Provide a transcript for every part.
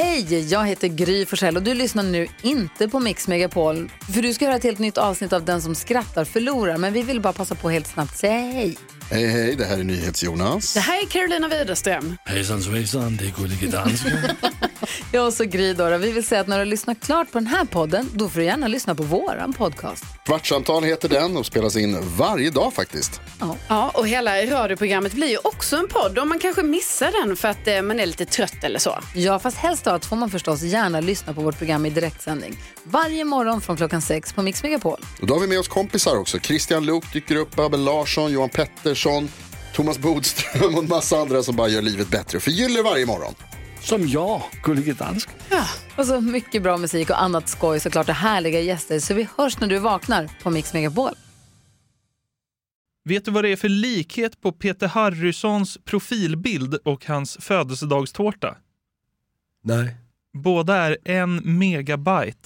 Hej, jag heter Gry Forssell och du lyssnar nu inte på Mix Megapol. För du ska höra ett helt nytt avsnitt av Den som skrattar förlorar. Men vi vill bara passa på helt snabbt säga hej. Hej, hej, det här är NyhetsJonas. Det här är Carolina Widerström. Hejsan svejsan, det är Gullige Dansken. Jag och så Gry då. Vi vill säga att när du har lyssnat klart på den här podden, då får du gärna lyssna på våran podcast. Kvartsamtal heter den och spelas in varje dag faktiskt. Ja, och hela radioprogrammet blir ju också en podd om man kanske missar den för att man är lite trött eller så. Ja, fast helst då får man förstås gärna lyssna på vårt program i direktsändning. Varje morgon från 6:00 på Mix Megapol. Och då har vi med oss kompisar också. Christian Luuk dyker upp, Abel Larsson, Johan Pettersson, Thomas Bodström och en massa andra som bara gör livet bättre och förgyller varje morgon. Som jag, Gullige Dansken. Ja, och så mycket bra musik och annat skoj, såklart, och härliga gäster. Så vi hörs när du vaknar på Mix Megapol. Vet du vad det är för likhet på Peter Harrysons profilbild och hans födelsedagstårta? Nej. Båda är 1 megabyte.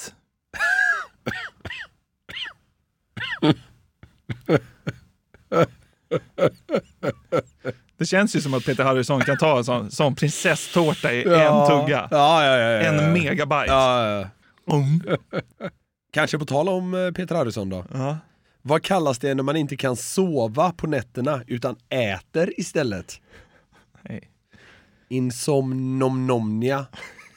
Det känns ju som att Peter Harrison kan ta en sån prinsesstårta i en tugga. Ja. 1 megabyte. Ja. Kanske på tal om Peter Harrison då. Ja. Vad kallas det när man inte kan sova på nätterna utan äter istället? Nej. Insomnomnia.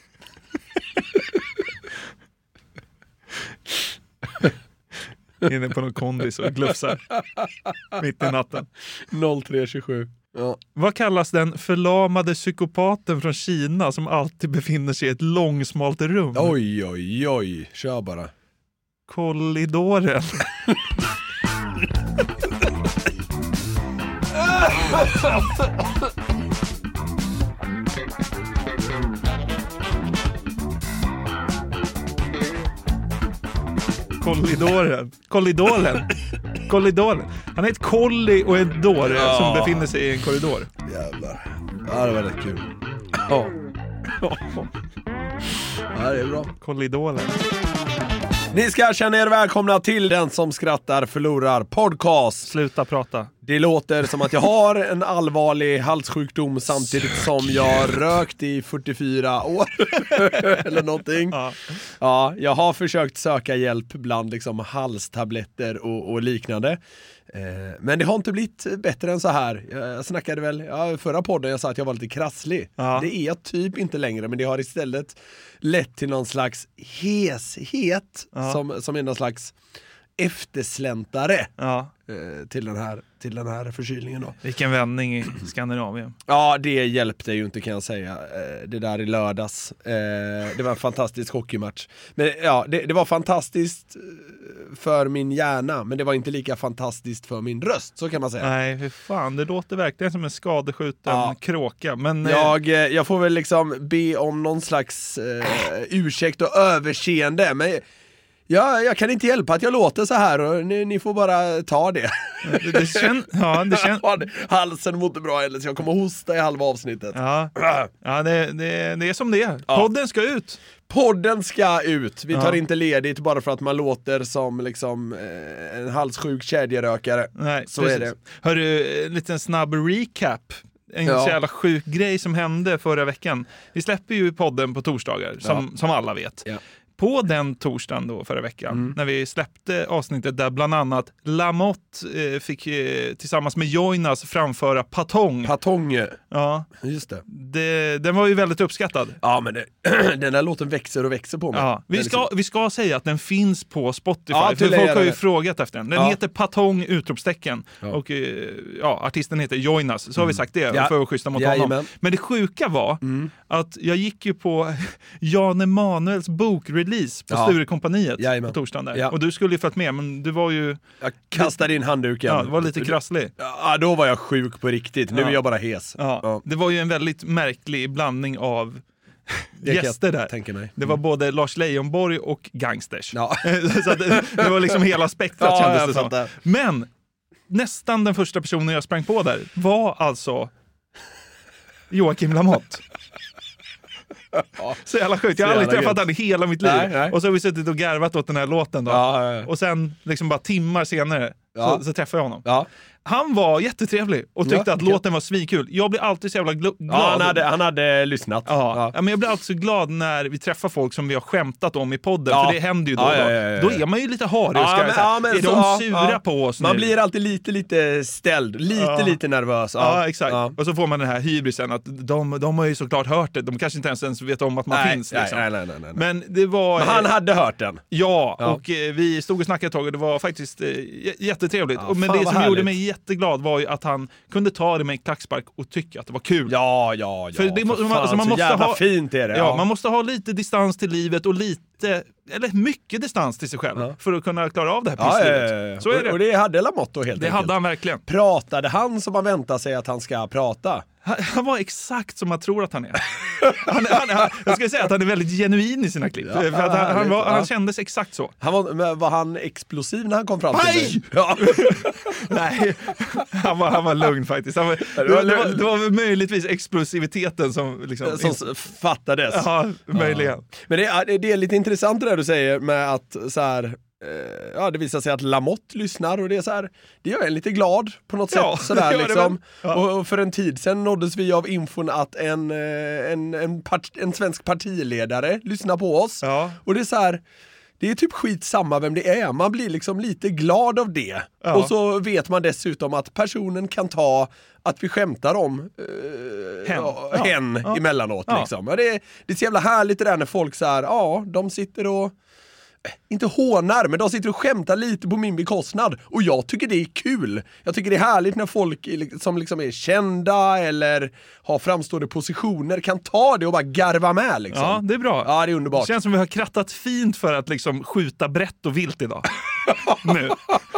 Inne på någon kondis och glufsar mitt i natten. 03:27. Ja. Vad kallas den förlamade psykopaten från Kina som alltid befinner sig i ett långsmalt rum? Oj. Kör bara. Kollidoren. Kollidoren. Han är ett kolli och en dåre som befinner sig i en korridor. Jävlar. Ja, det var rätt kul. Ja, det är bra. Kollidoren. Ni ska känna er välkomna till Den som skrattar förlorar podcast. Sluta prata. Det låter som att jag har en allvarlig halssjukdom samtidigt som jag rökt i 44 år eller någonting. Ja, jag har försökt söka hjälp bland liksom halstabletter och liknande. Men det har inte blivit bättre än så här. Jag snackade väl förra podden, jag sa att jag var lite krasslig. Det är jag typ inte längre, men det har istället lett till någon slags heshet som är någon slags eftersläntare till den här förkylningen då. Vilken vändning i Skandinavien. Ja, det hjälpte ju inte, kan jag säga. Det där i lördags. Det var en fantastisk hockeymatch. Men ja, det var fantastiskt för min hjärna, men det var inte lika fantastiskt för min röst, så kan man säga. Nej, för fan, det låter verkligen som en skadeskjuten kråka. Men jag får väl liksom be om någon slags ursäkt och överseende, men jag kan inte hjälpa att jag låter så här och ni får bara ta det. Det känns... Halsen mår inte bra heller, så jag kommer hosta i halva avsnittet. Ja, det är som det är. Podden ska ut. Podden ska ut. Vi tar inte ledigt bara för att man låter som liksom en halssjuk kedjerökare. Nej, så precis. är det. Hörru, en liten snabb recap. En så jävla sjuk grej som hände förra veckan. Vi släpper ju podden på torsdagar, som alla vet. Ja. På den torsdagen då förra veckan, när vi släppte avsnittet där bland annat Lamotte fick tillsammans med Jonas framföra Patong. Ja, just det. Den var ju väldigt uppskattad. Ja, men den där låten växer och växer på mig. Ja, vi ska säga att den finns på Spotify, för folk har ju frågat efter den. Den heter Patong utropstecken och artisten heter Jonas, så har vi sagt det för att schyssta mot honom. Men det sjuka var att jag gick ju på Jan Emanuels bokrelease på Sturekompaniet på torsdagen där. Ja. Och du skulle ju fått med, men du var ju... Jag kastade in handduken. Ja, det var lite krasslig. Ja, då var jag sjuk på riktigt. Nu är jag bara hes. Ja. Det var ju en väldigt märklig blandning av gäster där. Det var både Lars Leijonborg och gangsters. Ja. Så det var liksom hela spektrat, kändes det som. Men nästan den första personen jag sprang på där var alltså Joakim Lamotte. Så jävla sjukt. Jag har aldrig träffat han i hela mitt liv. Nej. Och så har vi suttit och garvat åt den här låten då. Och sen liksom bara timmar senare så träffade jag honom. Han var jättetrevlig och tyckte att låten var svinkul. Jag blir alltid så jävla glad. Ja, han hade lyssnat. Ja, men jag blir alltid så glad när vi träffar folk som vi har skämtat om i podden. För det händer ju då. Då är man ju lite harig. Är de sura på oss man nu? Blir alltid lite ställd. Lite nervös. Ja, exakt. Och så får man den här hybrisen att de har ju såklart hört det. De kanske inte ens vet om att man finns. Liksom. Nej. Men det var... Men han hade hört den. Ja, och vi stod och snackade ett tag och det var faktiskt jättetrevligt. Men det som gjorde mig jätteglad var ju att han kunde ta det med en klackspark och tycka att det var kul. Ja. För man måste ha fint är det. Ja, man måste ha lite distans till livet och eller mycket distans till sig själv för att kunna klara av det här pisslivet. Så är det. Och det hade Lamotte helt enkelt. Det hade han verkligen. Pratade han som man väntar sig att han ska prata? Han var exakt som man tror att han är. Jag ska säga att han är väldigt genuin i sina klipp. För att han kändes exakt så. Var han explosiv när han kom fram till dig? Ja. Nej, han var lugn faktiskt. Det var möjligtvis explosiviteten som liksom... Som fattades. Ja, möjligen. Men det är lite intressant det där du säger med att så här... det visar sig att Lamotte lyssnar och det är så här, det gör en lite glad på något sätt sådär liksom. Och för en tid sedan nåddes vi av infon att en svensk partiledare lyssnar på oss. Och det är så här, det är typ skitsamma vem det är. Man blir liksom lite glad av det. Och så vet man dessutom att personen kan ta att vi skämtar om hen emellanåt liksom. Det är så jävla härligt det där när folk så här, de sitter och inte hånar, men de sitter och skämtar lite på min bekostnad. Och jag tycker det är kul. Jag tycker det är härligt när folk som liksom är kända eller har framstående positioner kan ta det och bara garva med liksom. Ja, det är bra. Ja, det är underbart. Det känns som vi har krattat fint för att liksom skjuta brett och vilt idag. Nu.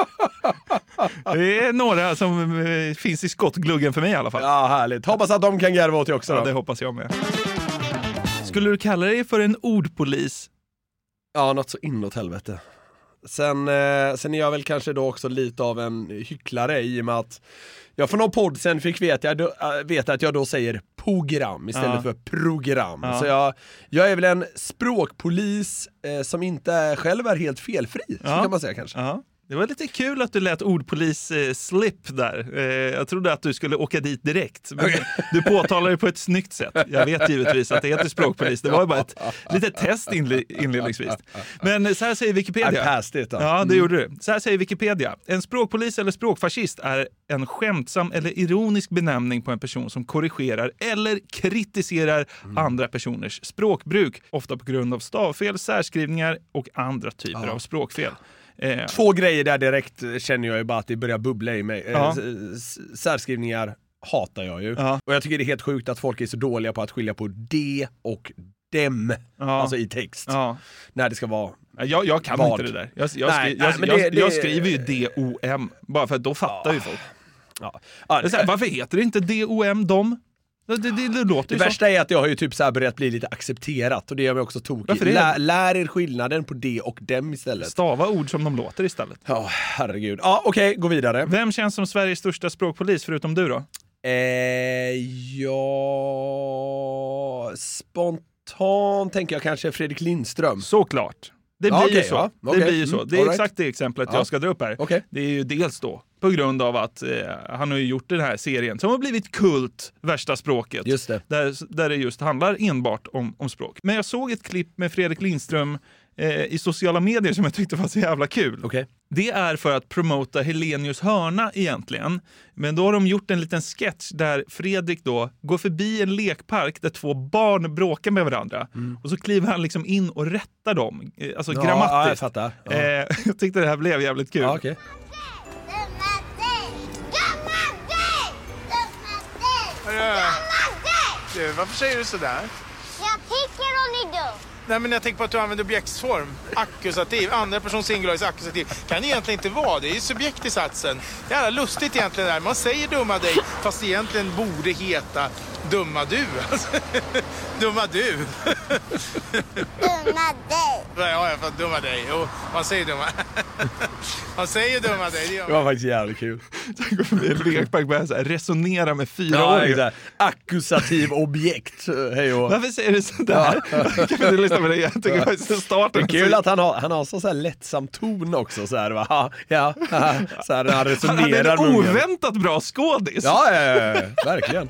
Det är några som finns i skottgluggen för mig i alla fall. Ja, härligt. Hoppas att de kan garva åt dig också då. Ja, det hoppas jag med. Skulle du kalla dig för en ordpolis? Ja, något så inåt helvete. Sen är jag väl kanske då också lite av en hycklare i och med att jag för någon podd sen fick veta att jag då säger program istället för program. Så jag är väl en språkpolis som inte själv är helt felfri, så kan man säga kanske. Ja. Det var lite kul att du lät ordpolis slip där. Jag trodde att du skulle åka dit direkt. Men du påtalar det på ett snyggt sätt. Jag vet givetvis att det heter språkpolis. Det var ju bara ett litet test inledningsvis. Men så här säger Wikipedia. I passed it, ja, det gjorde du. Så här säger Wikipedia. En språkpolis eller språkfascist är en skämtsam eller ironisk benämning på en person som korrigerar eller kritiserar andra personers språkbruk. Ofta på grund av stavfel, särskrivningar och andra typer av språkfel. Två grejer där direkt känner jag ju bara att det börjar bubbla i mig. Särskrivningar hatar jag ju. Och jag tycker det är helt sjukt att folk är så dåliga på att skilja på de och dem. Alltså i text. När det ska vara... Jag kan inte det där. Jag skriver ju D-O-M. Bara för att då fattar ju folk. Varför heter det inte D-O-M, dom? Det låter det värsta är att det har ju typ så här börjat bli lite accepterat och det gör mig också tokigt. Lär er skillnaden på det och dem istället. Stava ord som de låter istället. Ja, herregud. Ja, okej, gå vidare. Vem känns som Sveriges största språkpolis förutom du då? Spontant tänker jag kanske Fredrik Lindström. Såklart. Det blir ju så. Det blir ju så. Det är exakt det exemplet jag ska dra upp här. Det är ju dels då på grund av att han har ju gjort den här serien som har blivit kult, Värsta språket. Just det. Där det just handlar enbart om språk. Men jag såg ett klipp med Fredrik Lindström i sociala medier som jag tyckte var så jävla kul. Det är för att promota Helenius hörna egentligen. Men då har de gjort en liten sketch där Fredrik då går förbi en lekpark där två barn bråkar med varandra. Och så kliver han liksom in och rättar dem. Alltså grammatiskt. Ja, jag fattar. Jag tyckte det här blev jävligt kul. Ja, okej. Du, varför säger du sådär? Jag tycker hon är dum. Nej, men jag tänker på att du använder objektsform. Ackusativ, andra person singularis ackusativ. Kan det egentligen inte vara. Det är ju subjekt i satsen. Det är lustigt egentligen där. Man säger dumma dig, fast egentligen borde heta dumma du. Dumma du. Dumma dig. Ja, för att dumma dig. Jo, man säger dumma. Man säger dumma dig. Det var faktiskt jävligt kul. Lekpark börjar så här resonera med 4-åringar. Akkusativ objekt. Hej och. Varför säger du sådär? Kan du lyssna på det? Jag tycker faktiskt starten. Det är kul att han har så här lättsam ton också. Så här, va? Ja. Så här, han resonerar. Han är en oväntat bra skådis. Ja, verkligen.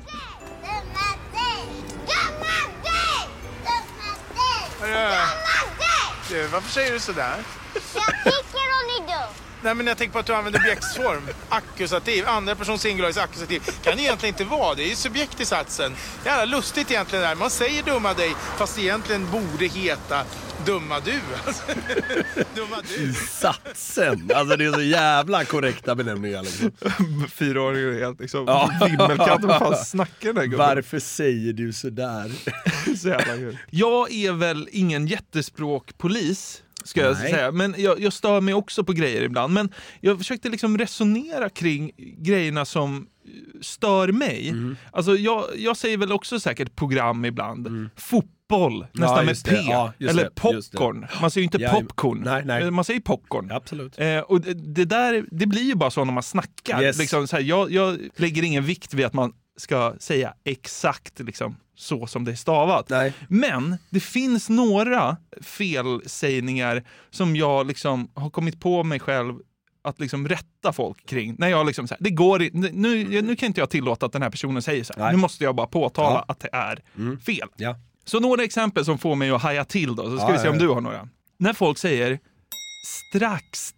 Du, varför säger du sådär? Jag tycker hon är dum. Nej, men jag tänker på att du använder objektsform. Akkusativ, andra person singularis akkusativ. Kan det egentligen inte vara. Det är ju subjekt i satsen. Det är lustigt egentligen där. Man säger dumma dig, fast egentligen borde heta dumma du. Dumma du. I satsen. Alltså det är så jävla korrekta benämningar liksom. 4-åringar är helt liksom vimmelkatt. Vad fan snackar den? Varför säger du sådär? Så jävla kul. Jag är väl ingen jättespråkpolis, ska jag säga. Men jag stör mig också på grejer ibland. Men jag försökte liksom resonera kring grejerna som stör mig. Alltså jag säger väl också säkert program ibland. Fotboll, nästan med P. Ja, eller popcorn. Man säger ju inte popcorn. Nej. Man säger popcorn. Absolut. Och det blir ju bara så när man snackar. Yes. Liksom, så här, jag lägger ingen vikt vid att man ska säga exakt liksom så som det är stavat. Nej. Men det finns några felsägningar som jag liksom har kommit på mig själv att liksom rätta folk kring. När jag liksom så här, det går nu kan inte jag tillåta att den här personen säger så här. Nej. Nu måste jag bara påtala att det är fel. Ja. Så några exempel som får mig att haja till då. Så ska vi se om du har några. När folk säger strax.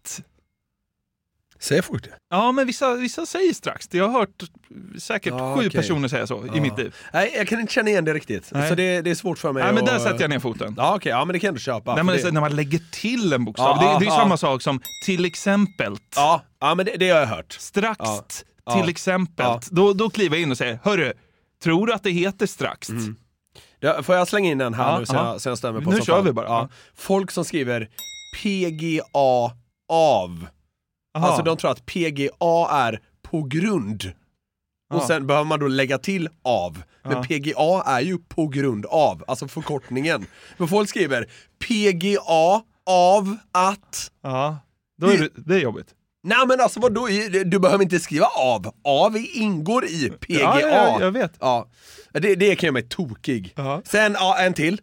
Säger folk det? Ja, men vissa säger strax. Jag har hört säkert 7 personer säga så i mitt liv. Nej, jag kan inte känna igen det riktigt. Så det är svårt för mig. Nej, men där sätter jag ner foten. Ja, okej. Ja, men det kan du köpa. När man lägger till en bokstav. Det är samma sak som till exempel. Ja, men det har jag hört. Strax till exempel. Då kliver jag in och säger, hörru, tror du att det heter strax? Ja, får jag slänga in den här nu så jag stämmer på? Nu kör vi bara. Ja. Folk som skriver PGA av. Alltså de tror att PGA är på grund. Och sen behöver man då lägga till av. Men PGA är ju på grund av. Alltså förkortningen. Men folk skriver PGA av att. Ja, då är det är jobbigt. Nej men alltså vadå? Du behöver inte skriva av. Av ingår i PGA. Ja, jag vet. Ja. Det kan jag mig tokig. Sen, en till.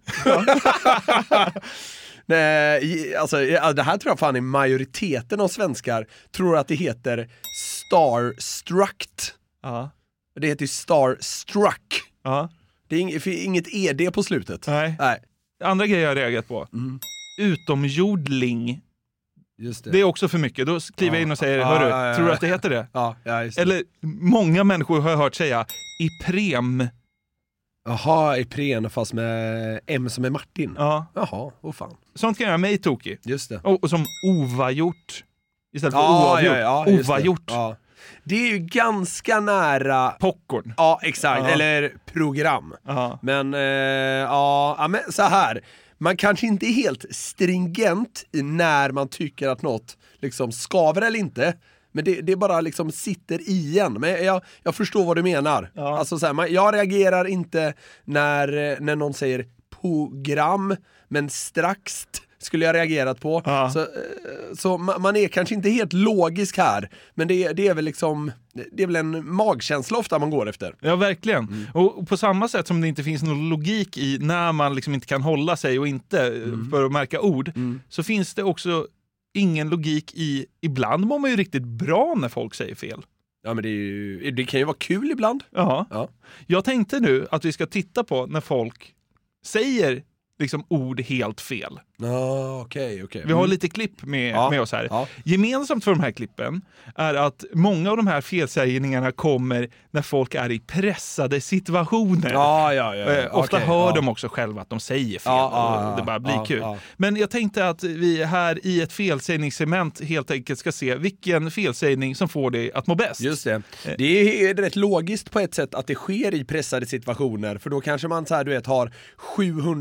Nej, alltså det här tror jag fan är majoriteten av svenskar tror att det heter starstruck. Det heter Starstruck. Det är inget ED på slutet. Nej. Andra grejer jag har reagerat på. Utomjordling. Just det. Det är också för mycket. Då skriver jag in och säger, hörru, tror du att det heter det? Ja, just det. Eller många människor har jag hört säga Iprem. Jaha, Ipren fast med M som är Martin. Jaha, fan. Sånt kan göra mig tokig. Just det. Och som ovajort istället för oavgjort. Ovajort. Ja. Det är ju ganska nära popcorn. Ja, exakt. Eller program. Men men så här. Man kanske inte är helt stringent i när man tycker att något liksom skaver eller inte. Men det bara liksom sitter igen. Men jag förstår vad du menar. Alltså så här, jag reagerar inte när någon säger program, men strax skulle jag reagerat på. Så man är kanske inte helt logisk här. Men det är väl liksom, det är väl en magkänsla ofta man går efter. Ja, verkligen. Och på samma sätt som det inte finns någon logik i när man liksom inte kan hålla sig och inte för att märka ord, så finns det också ingen logik i, ibland mår man ju riktigt bra när folk säger fel. Ja, men det kan ju vara kul ibland. Ja. Jag tänkte nu att vi ska titta på när folk säger liksom ord helt fel. Okej. Vi har lite klipp med oss här. Gemensamt för de här klippen är att många av de här felsägningarna kommer när folk är i pressade situationer. Ofta hör de också själva att de säger fel och det bara blir kul. Men jag tänkte att vi här i ett felsägningssegment helt enkelt ska se vilken felsägning som får dig att må bäst. Just det. Det är rätt logiskt på ett sätt att det sker i pressade situationer, för då kanske man så här, du vet, har 700 tankar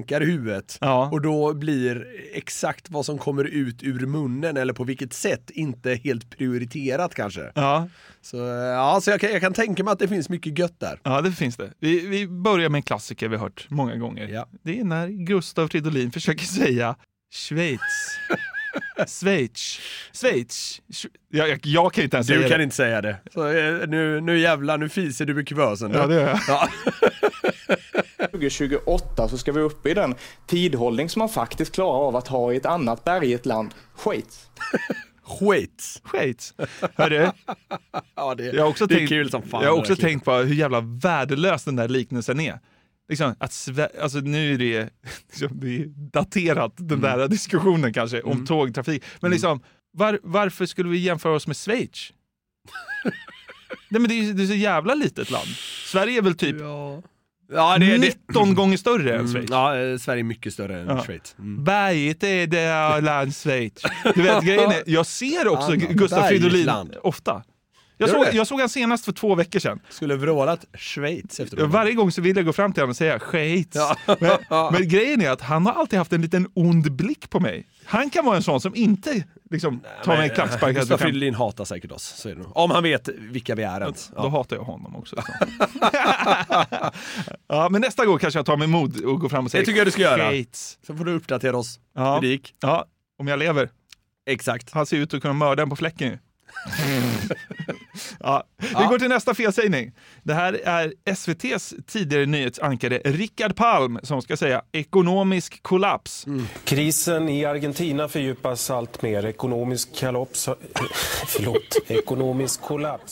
skakar huvudet och då blir exakt vad som kommer ut ur munnen eller på vilket sätt inte helt prioriterat kanske. Ja. Så jag kan tänka mig att det finns mycket gött där. Ja, det finns det. Vi börjar med en klassiker vi har hört många gånger. Ja. Det är när Gustav Fridolin försöker säga Schweiz. Schweiz. Jag kan inte ens säga det. Du kan inte säga det. Så, nu jävlar, nu fiser du med kuvösen. Ja, det gör jag. Ja. 2028 så ska vi upp i den tidhållning som man faktiskt klarar av att ha i ett annat berget land. Schweiz. Hörru. Ja, det är kul som fan. Jag har också tänkt på hur jävla värdelös den där liknelsen är. Liksom, alltså nu är det är daterat den där diskussionen kanske om tågtrafik. Men liksom, varför skulle vi jämföra oss med Schweiz? Nej, men det är så jävla litet land. Sverige är väl typ 19 gånger större än Schweiz. Ja, Sverige är mycket större än Schweiz. Berget är det land Schweiz. Du vet, grejen är, jag ser också Gustav Fridolin ofta. Jag såg han senast för 2 veckor sedan. Skulle vrålat Schweiz efter det. Varje gång så vill jag gå fram till honom och säga Schweiz. Ja. Men grejen är att han har alltid haft en liten ond blick på mig. Han kan vara en sån som inte liksom tar mig en klackspark. Gustav Fridolin hatar säkert oss. Så är det nog. Om han vet vilka vi är ens. Då hatar jag honom också. Ja, men nästa gång kanske jag tar mig mod och går fram och säger det tycker jag du ska göra. Schweiz. Så får du uppdatera oss. Ja. Ja, om jag lever. Exakt. Han ser ut att kunna mörda en på fläcken. Vi går till nästa felsägning. Det här är SVT:s tidigare nyhetsankare Rickard Palm som ska säga ekonomisk kollaps. Krisen i Argentina fördjupas allt mer. Ekonomisk kollaps. Ekonomisk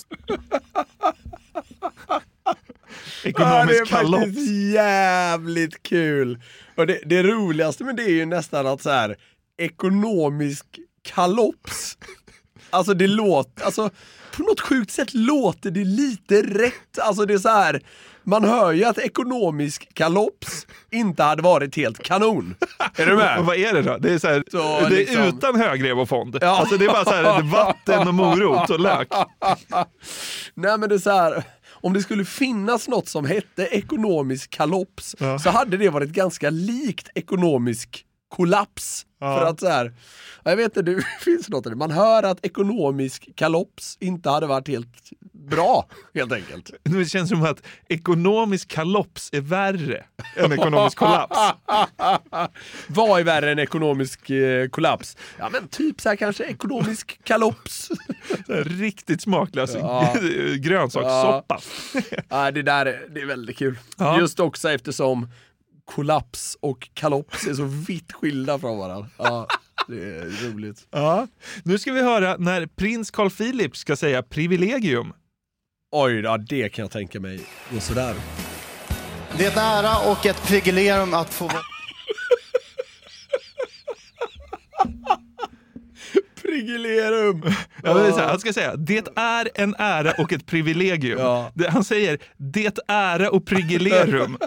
det är faktiskt jävligt kul. Och det roligaste med det är ju nästan att så här ekonomisk kollaps. Alltså det låter, alltså på något sjukt sätt låter det lite rätt. Alltså det är så här, man hör ju att ekonomisk kollaps inte hade varit helt kanon. Är du med? Och vad är det då? Det är så här, det liksom är utan högrev och fond. Ja. Alltså det är bara så här vatten och morot och lök. Nej, men det är så här, om det skulle finnas något som hette ekonomisk kollaps så hade det varit ganska likt ekonomisk kollaps. För att så här, jag vet inte, det finns något där. Man hör att ekonomisk kollaps inte hade varit helt bra, helt enkelt. Det känns som att ekonomisk kollaps är värre än ekonomisk kollaps. Vad är värre än ekonomisk kollaps? Ja, men typ så här kanske ekonomisk kollaps. Riktigt smaklös grönsakssoppa. Ja, det är väldigt kul. Ja. Just också eftersom kollaps och kollaps är så vitt skilda från varandra. Ja, det är roligt. Ja. Nu ska vi höra när prins Carl Philip ska säga privilegium. Oj, ja, det kan jag tänka mig. Och sådär. Det är en ära och ett privilegium att få vara... Privilegium. Ja, det är så här, han ska säga, det är en ära och ett privilegium. Ja. Han säger, det ära och privilegium.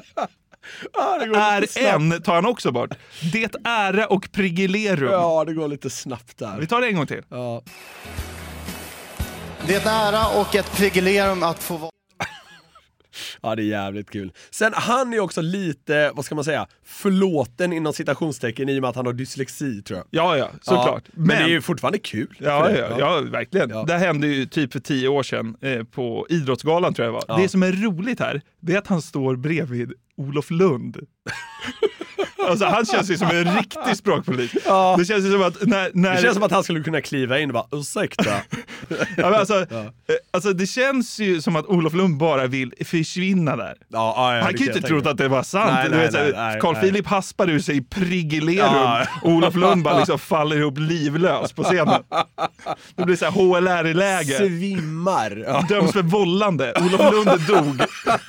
En tar han också bort. Det ära och privilegium. Ja, det går lite snabbt där. Vi tar det en gång till. Ja. Det är en ära och ett privilegium att få vara... Ja, det är jävligt kul. Sen han är också lite, vad ska man säga, förlåten inom citationstecken i och med att han har dyslexi, tror jag. Ja, såklart. Men det är ju fortfarande kul. Ja, verkligen. Ja. Det hände ju typ för 10 år sedan på Idrottsgalan, tror jag var. Ja. Det som är roligt här, det är att han står bredvid Olof Lund. Alltså han känns ju som en riktig språkpolis. Ja. Det känns ju som att det känns som att han skulle kunna kliva in och bara, ursäkta. Ja, alltså det känns ju som att Olof Lund bara vill försvinna där. Han kan ju inte tro att det var sant. Carl Philip haspar ur sig privilegium. Olof Lund bara liksom faller ihop livlös på scenen. Det blir så här HLR-läge. Svimmar. Döms för vållande. Olof Lund dog.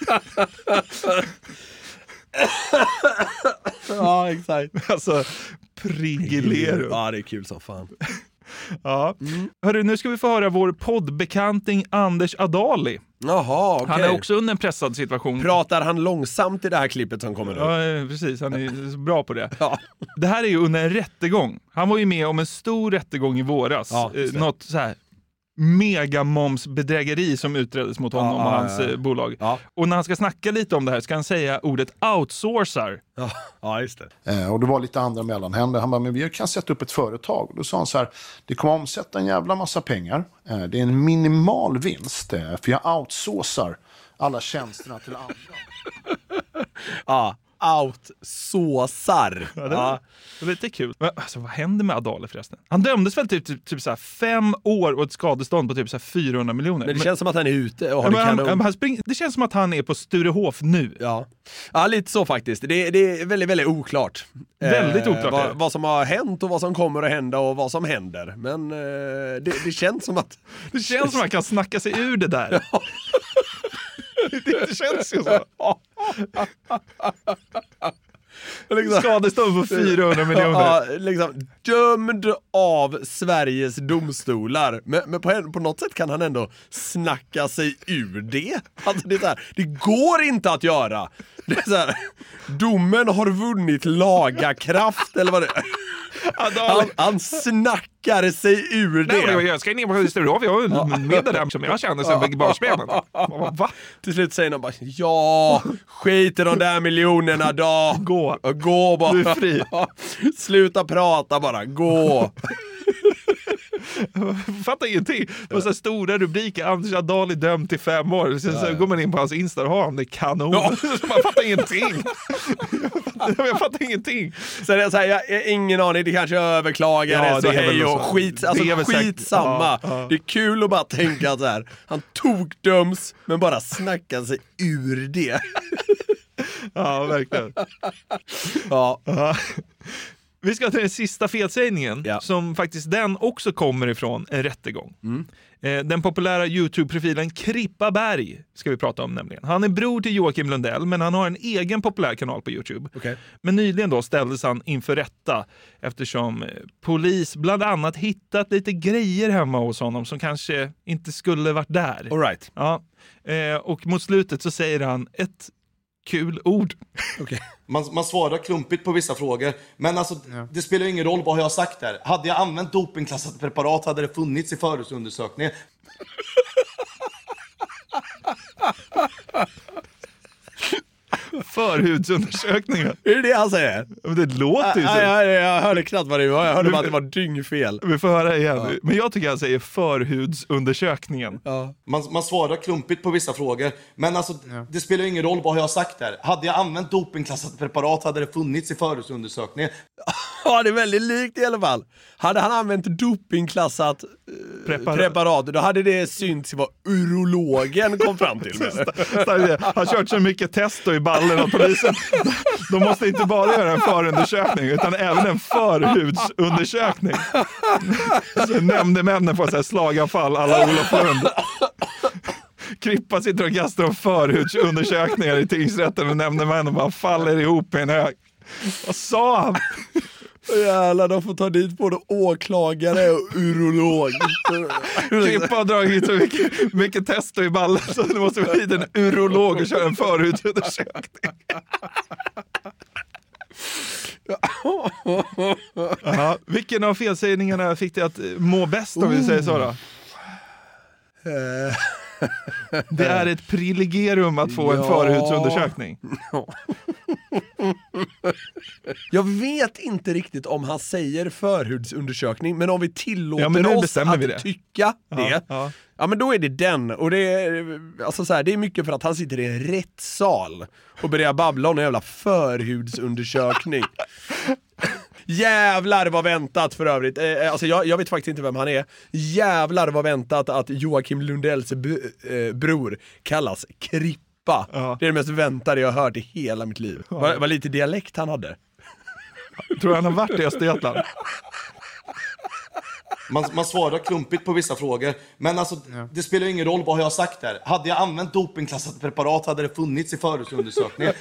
Ja, exakt. Alltså, privilegium. Ja, det är kul som fan. Ja. Hörru, nu ska vi få höra vår poddbekanting Anders Adali. Jaha, okej. Han är också under en pressad situation. Pratar han långsamt i det här klippet som kommer nu? Ja, precis. Han är bra på det. Ja. Det här är ju under en rättegång. Han var ju med om en stor rättegång i våras. Ja, något så här megamomsbedrägeri som utreddes mot honom och hans bolag. Ja. Och när han ska snacka lite om det här ska han säga ordet outsourcar. Ja, just det. Och det var lite andra mellanhänder. Han bara, men vi kan sätta upp ett företag. Och då sa han så här, det kommer omsätta en jävla massa pengar. Det är en minimal vinst. För jag outsourcar alla tjänsterna till andra. Ja. Outsåsar. Ja, det är lite kul. Men, alltså, vad händer med Adale förresten? Han dömdes väl typ så här 5 år och ett skadestånd på typ så här 400 miljoner. Men det känns som att han är ute och har det känns som att han är på Sturehof nu. Ja, lite så faktiskt. Det är väldigt, väldigt oklart. Väldigt oklart. Vad som har hänt och vad som kommer att hända och vad som händer. Men det känns som att... Det känns som att man kan snacka sig ur det där. Ja. Det känns ju så. Skadestånd på 400 miljoner. Ja, liksom, dömd av Sveriges domstolar. Men på något sätt kan han ändå snacka sig ur det. Alltså det är så här, det går inte att göra. Det är så här, domen har vunnit lagakraft eller vad det är. Han snackar sig ur det. Nej, jag ska ner på Sturehof. Jag har med det där som jag känner som barnspelen. Va? Till slut säger han bara, ja, skit i de där miljonerna då. Gå bara. Du är fri. Sluta prata bara, gå. Fattar ingenting. Det var så stora rubriker. Anders Adale dömd till 5 år. Så går man in på hans Insta och har han det kanon. Ja. Man fattar ingenting. Jag fattar ingenting. Så det är så här, jag har ingen aning. Det kanske överklagar det hej och skit. Alltså skitsamma. Ja. Det är kul att bara tänka så här. Han tokdöms men bara snacka sig ur det. Ja, verkligen. Ja. Vi ska till den sista felsägningen som faktiskt den också kommer ifrån en rättegång. Den populära YouTube-profilen Krippa Berg ska vi prata om nämligen. Han är bror till Joakim Lundell men han har en egen populär kanal på YouTube. Okay. Men nyligen då ställdes han inför rätta eftersom polis bland annat hittat lite grejer hemma hos honom som kanske inte skulle varit där. All right. Ja. Och mot slutet så säger han ett kul ord. Okay. Man svarar klumpigt på vissa frågor. Men alltså, det spelar ingen roll vad jag har sagt där. Hade jag använt dopingklassat preparat hade det funnits i förundersökningen. Förhudsundersökningen. Är det han säger? Men det låter ju så. Jag hörde knappt vad det var. Jag hörde bara att det var dyngfel. Vi får höra igen. Ja. Men jag tycker han säger förhudsundersökningen. Ja. Man svarar klumpigt på vissa frågor. Men alltså, det spelar ingen roll vad jag har sagt där. Hade jag använt dopingklassat preparat hade det funnits i förundersökningen. Ja, det är väldigt likt i alla fall. Hade han använt dopingklassat preparat, då hade det synts vad urologen kom fram till. Han kört så mycket test i ballen av polisen. De måste inte bara göra en förundersökning utan även en förhudsundersökning. Så nämndemännen får så här slaganfall alla Olof Lund. Krippa sitter och gastar om förhudsundersökningar i tingsrätten och nämndemännen bara faller ihop i en hög. Vad sa han? Jävlar, de får ta dit både åklagare och urolog. Krippa har dragit så mycket tester i ballen så det måste vara hit en urolog och köra en förhudsundersökning. Aha. Vilken av felsägningarna fick dig att må bäst om vi säger så då? Det är ett privilegium att få en förhudsundersökning. Jag vet inte riktigt om han säger förhudsundersökning, men om vi tillåter oss att tycka det. Ja, men då är det den. Och det är, alltså så här, det är mycket för att han sitter i en rättssal och börjar babbla om en jävla förhudsundersökning. Jävlar vad väntat för övrigt. Alltså jag vet faktiskt inte vem han är. Jävlar vad väntat att Joakim Lundells bror kallas Krippa. Ja. Det är det mest väntade jag har hört i hela mitt liv. Ja. Vad lite dialekt han hade. Tror han har varit i Östergötland? Man svarar klumpigt på vissa frågor. Men alltså, det spelar ingen roll vad jag har sagt där. Hade jag använt dopingklassat preparat hade det funnits i förundersökningen.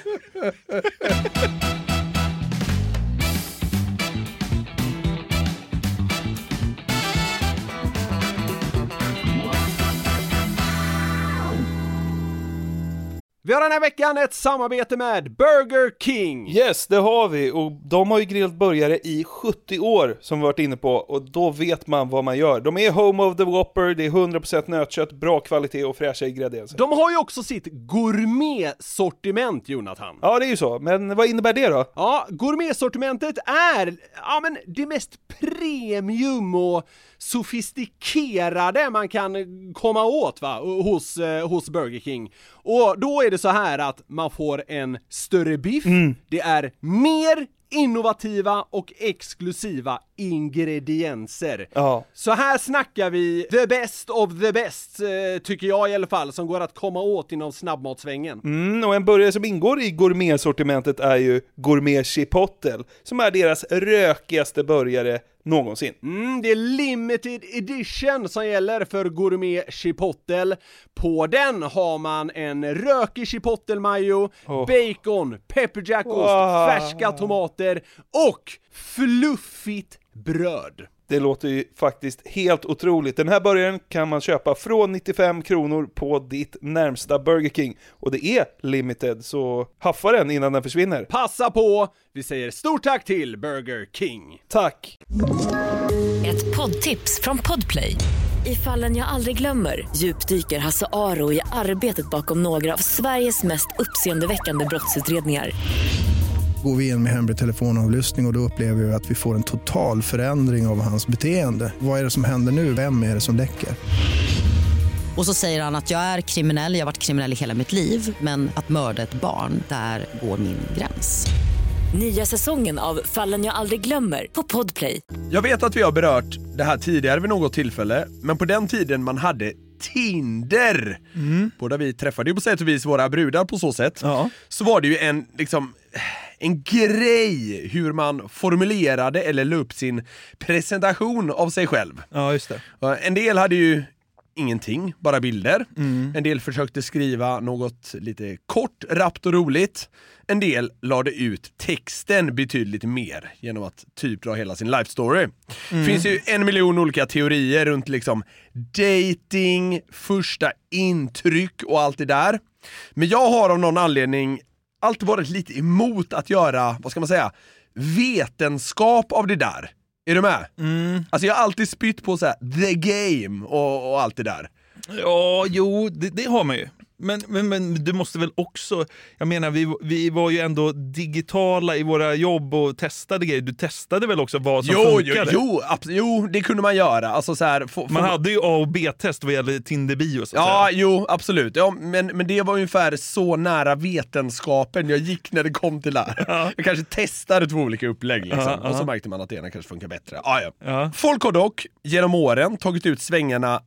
Vi har den här veckan ett samarbete med Burger King. Yes, det har vi. Och de har ju grillat burgare i 70 år som vi varit inne på. Och då vet man vad man gör. De är home of the Whopper, det är 100% nötkött, bra kvalitet och fräscha ingredienser. De har ju också sitt gourmet-sortiment, Jonathan. Ja, det är ju så. Men vad innebär det då? Ja, gourmet-sortimentet är det mest premium och sofistikerade man kan komma åt hos Burger King. Och då är det så här att man får en större biff, det är mer innovativa och exklusiva ingredienser. Ja. Så här snackar vi the best of the best, tycker jag i alla fall, som går att komma åt inom snabbmatsvängen. Och en burgare som ingår i gourmetsortimentet är ju Gourmet Chipotle, som är deras rökigaste burgare någonsin. Det är limited edition som gäller för Gourmet Chipotle. På den har man en rökig chipotle mayo, bacon, pepperjackost, färska tomater och fluffigt bröd. Det låter ju faktiskt helt otroligt. Den här burgaren kan man köpa från 95 kronor på ditt närmsta Burger King. Och det är limited, så haffa den innan den försvinner. Passa på! Vi säger stort tack till Burger King. Tack! Ett poddtips från Podplay. I Fallen jag aldrig glömmer djupdyker Hasse Aro i arbetet bakom några av Sveriges mest uppseendeväckande brottsutredningar. Går vi in med hemlig telefonavlyssning och då upplever vi att vi får en total förändring av hans beteende. Vad är det som händer nu? Vem är det som läcker? Och så säger han att jag är kriminell, jag har varit kriminell i hela mitt liv. Men att mörda ett barn, där går min gräns. Nya säsongen av Fallen jag aldrig glömmer på Podplay. Jag vet att vi har berört det här tidigare vid något tillfälle, men på den tiden man hade Tinder, båda vi träffade ju på sätt och vis våra brudar på så sätt, så var det ju en grej hur man formulerade eller la upp sin presentation av sig själv. Ja, just det. En del hade ju ingenting, bara bilder. En del försökte skriva något lite kort, rappt och roligt. En del lade ut texten betydligt mer genom att typ dra hela sin life story. Finns ju 1 miljon olika teorier runt liksom dating, första intryck och allt det där. Men jag har av någon anledning alltid varit lite emot att göra, vad ska man säga, vetenskap av det där. Är du med? Alltså jag har alltid spytt på så här, the game och allt det där. Ja, jo, det har man ju. Men du måste väl också, jag menar vi var ju ändå digitala i våra jobb och testade grejer. Du testade väl också vad som funkade? Jo, det kunde man göra. Alltså så här, man hade ju A- och B-test vad gäller Tinder-bio. Ja, jo, absolut. Ja, men det var ungefär så nära vetenskapen jag gick när det kom till det här. Ja. Jag kanske testade 2 olika upplägg liksom, och så märkte man att det ena kanske funkar bättre. Ja. Folk har dock genom åren tagit ut svängarna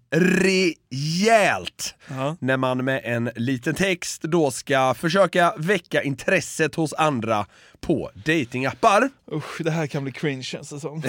rejält när man med en liten text då ska försöka väcka intresset hos andra på datingappar. Det här kan bli cringe, känns det som.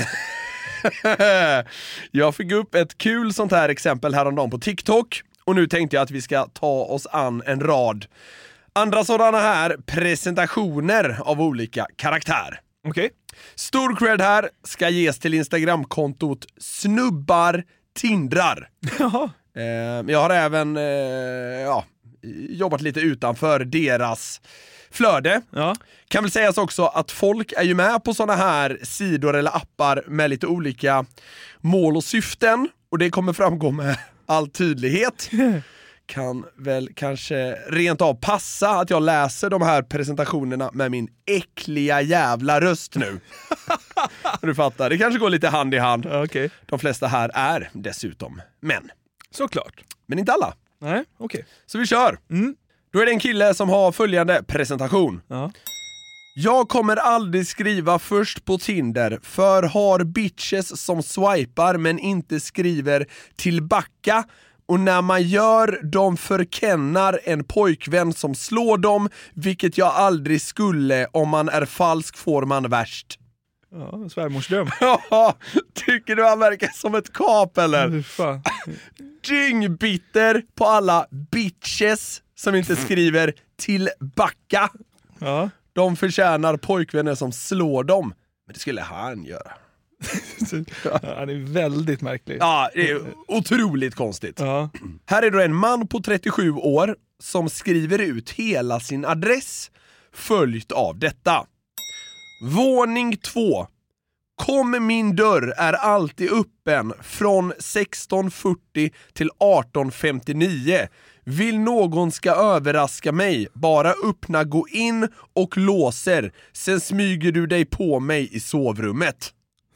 Jag fick upp ett kul sånt här exempel häromdagen på TikTok, och nu tänkte jag att vi ska ta oss an en rad andra sådana här presentationer av olika karaktär. Okej. Stor cred här ska ges till Instagramkontot Snubbar Tindrar. Jag har även jobbat lite utanför deras flöde. Kan väl sägas också att folk är ju med på såna här sidor eller appar med lite olika mål och syften, och det kommer framgå med all tydlighet. Kan väl kanske rent av passa att jag läser de här presentationerna med min äckliga jävla röst nu. Du fattar, det kanske går lite hand i hand. Okay. De flesta här är dessutom män. Såklart. Men inte alla. Nej, okej. Så vi kör. Då är det en kille som har följande presentation. Jag kommer aldrig skriva först på Tinder, för har bitches som swipar men inte skriver tillbaka. Och när man gör, de förkennar en pojkvän som slår dem, vilket jag aldrig skulle. Om man är falsk får man värst. Ja, svärmorsdröm. Tycker du han verkar som ett kap eller? Fan. Dyngbitter på alla bitches som inte skriver tillbaka. Ja. De förtjänar pojkvänner som slår dem. Men det skulle han göra. Han är väldigt märklig. Ja, det är otroligt konstigt. Ja. Här är då en man på 37 år som skriver ut hela sin adress följt av detta. Våning 2. Kom, min dörr är alltid öppen från 16:40 till 18:59. Vill någon ska överraska mig, bara öppna, gå in och låser. Sen smyger du dig på mig i sovrummet.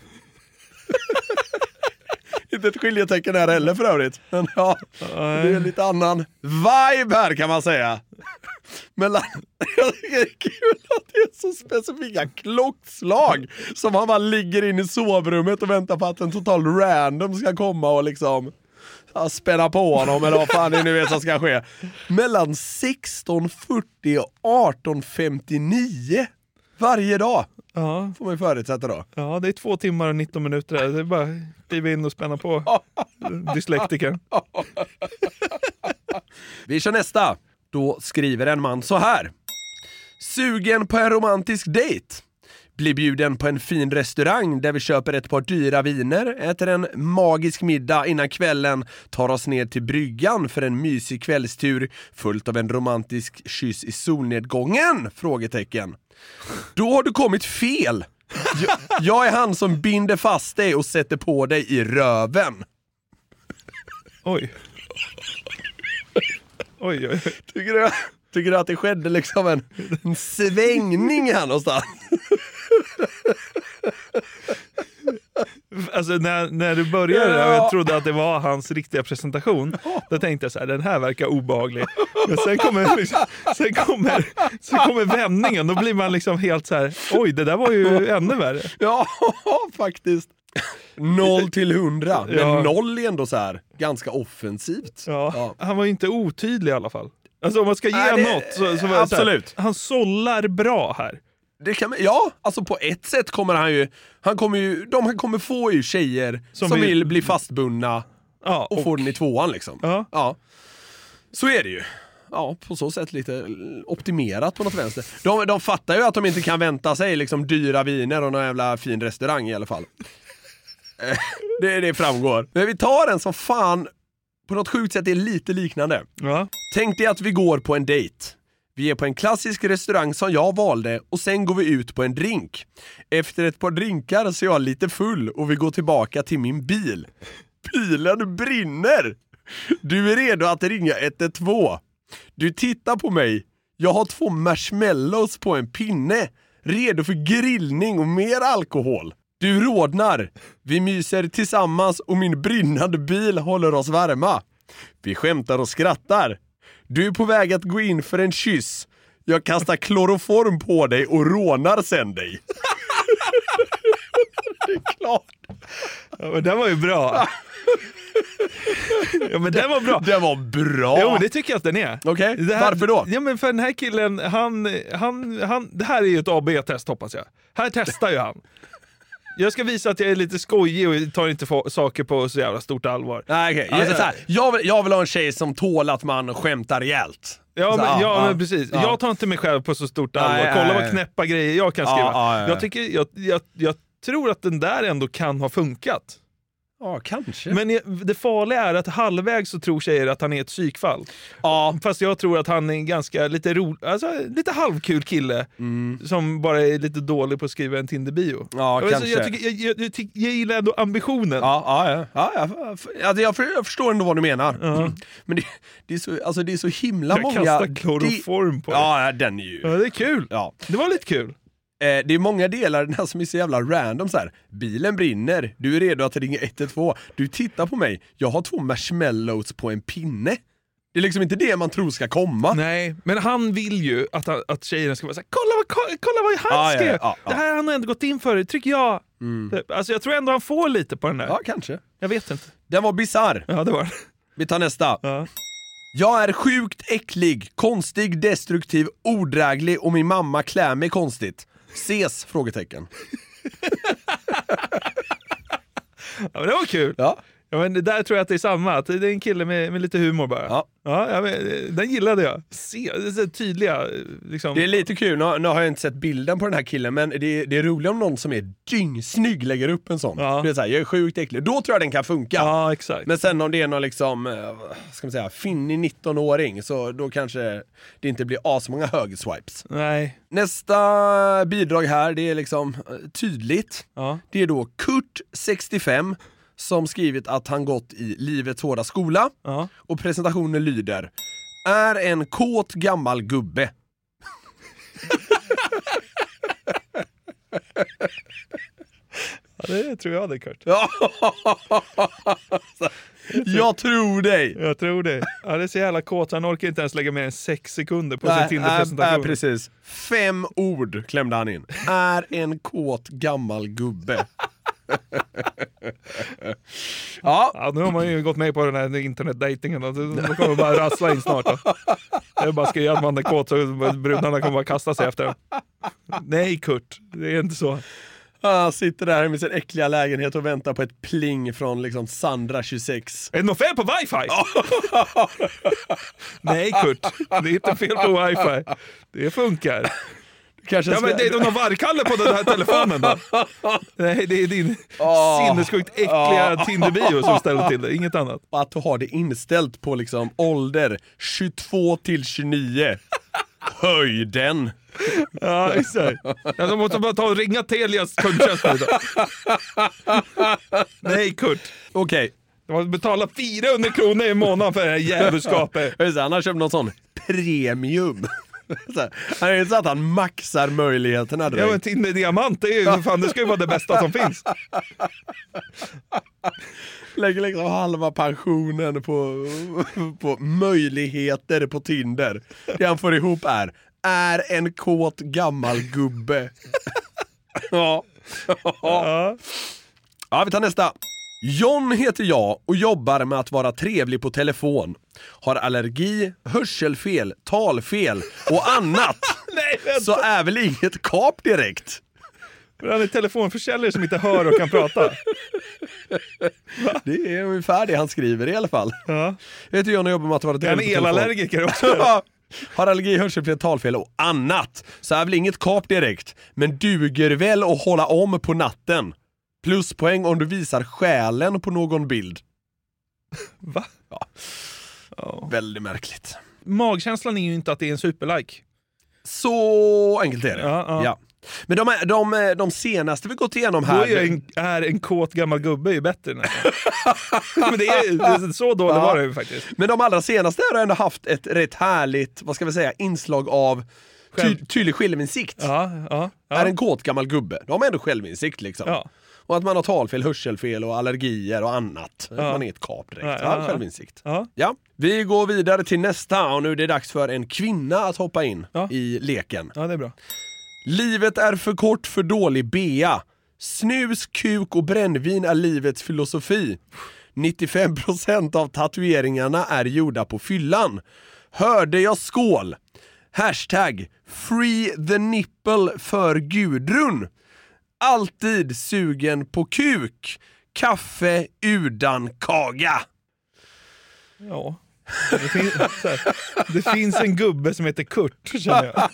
Inte ett skiljetecken här heller för övrigt. Men ja, det är lite annan vibe här kan man säga. Mellan, jag tycker det är kul att det är så specifika klockslag som han bara ligger in i sovrummet och väntar på att en total random ska komma och liksom spänna på honom eller vad fan det nu vet som ska ske. Mellan 16:40 och 18:59 varje dag. Ja. Får man ju förutsätta då. Ja, det är 2 timmar och 19 minuter. Det är bara att kliva in och spänna på dyslektiker. Vi kör nästa. Då skriver en man så här. Sugen på en romantisk dejt. Blir bjuden på en fin restaurang där vi köper ett par dyra viner, äter en magisk middag innan kvällen, tar oss ner till bryggan för en mysig kvällstur fullt av en romantisk kyss i solnedgången? Frågetecken. Då har du kommit fel. Jag är han som binder fast dig och sätter på dig i röven. Oj. Oj. Tycker du att det skedde liksom en svängning här någonstans? Alltså när du började och jag trodde att det var hans riktiga presentation, då tänkte jag så här, den här verkar obehaglig. Men sen kommer vändningen, då blir man liksom helt så här, oj, det där var ju ännu värre. Ja, faktiskt. 0 till 100. Men 0 är ändå så här ganska offensivt. Ja. Han var ju inte otydlig i alla fall. Alltså om man ska ge något så var det absolut. Så här, han sållar bra här. Det kan man, ja, alltså på ett sätt kommer han kommer få ju tjejer som vill bli fastbundna och få den i 2:an liksom. Ja. Så är det ju. Ja, på så sätt lite optimerat på något vänster. De fattar ju att de inte kan vänta sig liksom dyra viner och någon jävla fin restaurang i alla fall. Det framgår. Men vi tar en som fan på något sjukt sätt är lite liknande. Ja. Tänk dig att vi går på en dejt. Vi är på en klassisk restaurang som jag valde och sen går vi ut på en drink. Efter ett par drinkar så är jag lite full och vi går tillbaka till min bil. Bilen brinner! Du är redo att ringa 112. Du tittar på mig. Jag har 2 marshmallows på en pinne. Redo för grillning och mer alkohol. Du rodnar. Vi myser tillsammans och min brinnande bil håller oss varma. Vi skämtar och skrattar. Du är på väg att gå in för en kyss. Jag kastar kloroform på dig och rånar sen dig. Det är klart. Ja, men det var ju bra. Ja, men den var bra. Det var bra. Jo, det tycker jag att den är. Okej, varför då? Ja, men för den här killen, han det här är ju ett AB-test hoppas jag. Här testar ju han. Jag ska visa att jag är lite skojig och tar inte saker på så jävla stort allvar. Nej, okay. Alltså, jag vill ha en tjej som tål att man skämtar rejält. Men precis. Ja. Jag tar inte mig själv på så stort allvar. Kolla vad knäppa grejer jag kan skriva. Jag tror att den där ändå kan ha funkat. Ja, kanske. Men det farliga är att halvvägs så tror tjejer att han är ett psykfall. Ja. Fast jag tror att han är en ganska lite lite halvkul kille som bara är lite dålig på att skriva en Tinder-bio. Ja, kanske. Jag gillar ändå ambitionen. Jag förstår ändå vad du menar. Men det är så himla många... Jag kastar kloroform på det. Ja, den är ju... Ja, det är kul. Ja. Det var lite kul. Det är många delar den här som är så jävla random så här. Bilen brinner, du är redo att ringa 112. Du tittar på mig, jag har 2 marshmallows på en pinne. Det är liksom inte det man tror ska komma. Nej, men han vill ju att tjejerna ska vara så här, kolla vad han skrev. Det här har han ändå gått in för, tycker jag. Alltså jag tror ändå han får lite på den där. Ja, kanske. Jag vet inte. Den var bizarr. Ja, det var det. Vi tar nästa. Ja. Jag är sjukt äcklig, konstig, destruktiv, odräglig och min mamma klär mig konstigt. Ses? Frågetecken. Ja, men det var kul. Ja. Ja, men det där tror jag att det är samma. Att det är en kille med lite humor bara. Ja, den gillade jag. Det är så tydliga. Liksom. Det är lite kul. Nu har jag inte sett bilden på den här killen, men det är roligt om någon som är dyngsnygg lägger upp en sån. Ja. Det är så här, jag är sjukt äcklig. Då tror jag den kan funka. Ja, exakt. Men sen om det är någon liksom, ska man säga, finnig 19-åring, så då kanske det inte blir asmånga högerswipes. Nej. Nästa bidrag här, det är liksom tydligt. Ja. Det är då Kurt, 65, som skrivit att han gått i livets hårda skola. Ja. Och presentationen lyder: är en kåt gammal gubbe. Ja, det tror jag det, Kurt. Jag tror dig. Jag tror det. Ja, det är så jävla kåt. Han orkar inte ens lägga mer än 6 sekunder på sin Tinder-presentation. Precis. 5 ord klämde han in. Är en kåt gammal gubbe. Ja, nu har man ju gått med på den här internetdatingen. Då kommer bara rassla in snart. Då. Jag bara ska göra man är kåt så brudarna kommer bara kasta sig efter. Nej, Kurt. Det är inte så. Han sitter där med sin äckliga lägenhet och väntar på ett pling från liksom Sandra, 26. Är det något fel på wifi? Nej, Kurt. Det är inte fel på wifi. Det funkar. Kanske men det är någon varkalle på den här telefonen då. Nej, det är din sinnessjukt äckliga Tinder-bio som ställer till det, inget annat. Att du har det inställt på liksom ålder 22 till 29. Höjden. Ja, exakt. Jag måste bara ta och ringa Telias kundtjänst nu då. Nej, Kurt. Okej. Jag måste betala 400 kronor i månaden för det här jävelskapet. Han har köpt någon sån premium. Han är inte så att han maxar möjligheterna direkt. Ja, men Tinder Diamant, det ska ju vara det bästa som finns. Lägger liksom halva pensionen på möjligheter på Tinder. Det han får ihop är en kåt gammal gubbe. Ja, vi tar nästa. John heter jag och jobbar med att vara trevlig på telefon. Har allergi, hörselfel, talfel och annat. Nej, så är väl inget kap direkt. Men han är telefonförsäljare som inte hör och kan prata. Det är ungefär det han skriver i alla fall. Ja. Heter John och jobbar med att vara trevlig på telefon. Han är elallergiker också. Har allergi, hörselfel, talfel och annat. Så är väl inget kap direkt. Men duger väl att hålla om på natten. Pluspoäng om du visar själen på någon bild. Va? Ja. Väldigt märkligt. Magkänslan är ju inte att det är en superlike. Så enkelt är det. Ja. Men de senaste vi gått igenom här... Då är en kåt gammal gubbe ju bättre. Men det är så dåligt var det ju faktiskt. Men de allra senaste har ändå haft ett rätt härligt, vad ska vi säga, inslag av tydlig självinsikt. Ja. Är en kåt gammal gubbe. De har ändå självinsikt liksom. Ja. Och att man har talfel, hörselfel och allergier och annat. Man är ett kap direkt. Självinsikt. Ja. Vi går vidare till nästa och nu är det dags för en kvinna att hoppa in i leken. Ja, det är bra. Livet är för kort för dålig bea. Snus, kuk och brännvin är livets filosofi. 95% av tatueringarna är gjorda på fyllan. Hörde jag skål? Hashtag free the nipple för Gudrun. Alltid sugen på kuk. Kaffe utan kaga. Ja. Det finns en gubbe som heter Kurt, känner jag.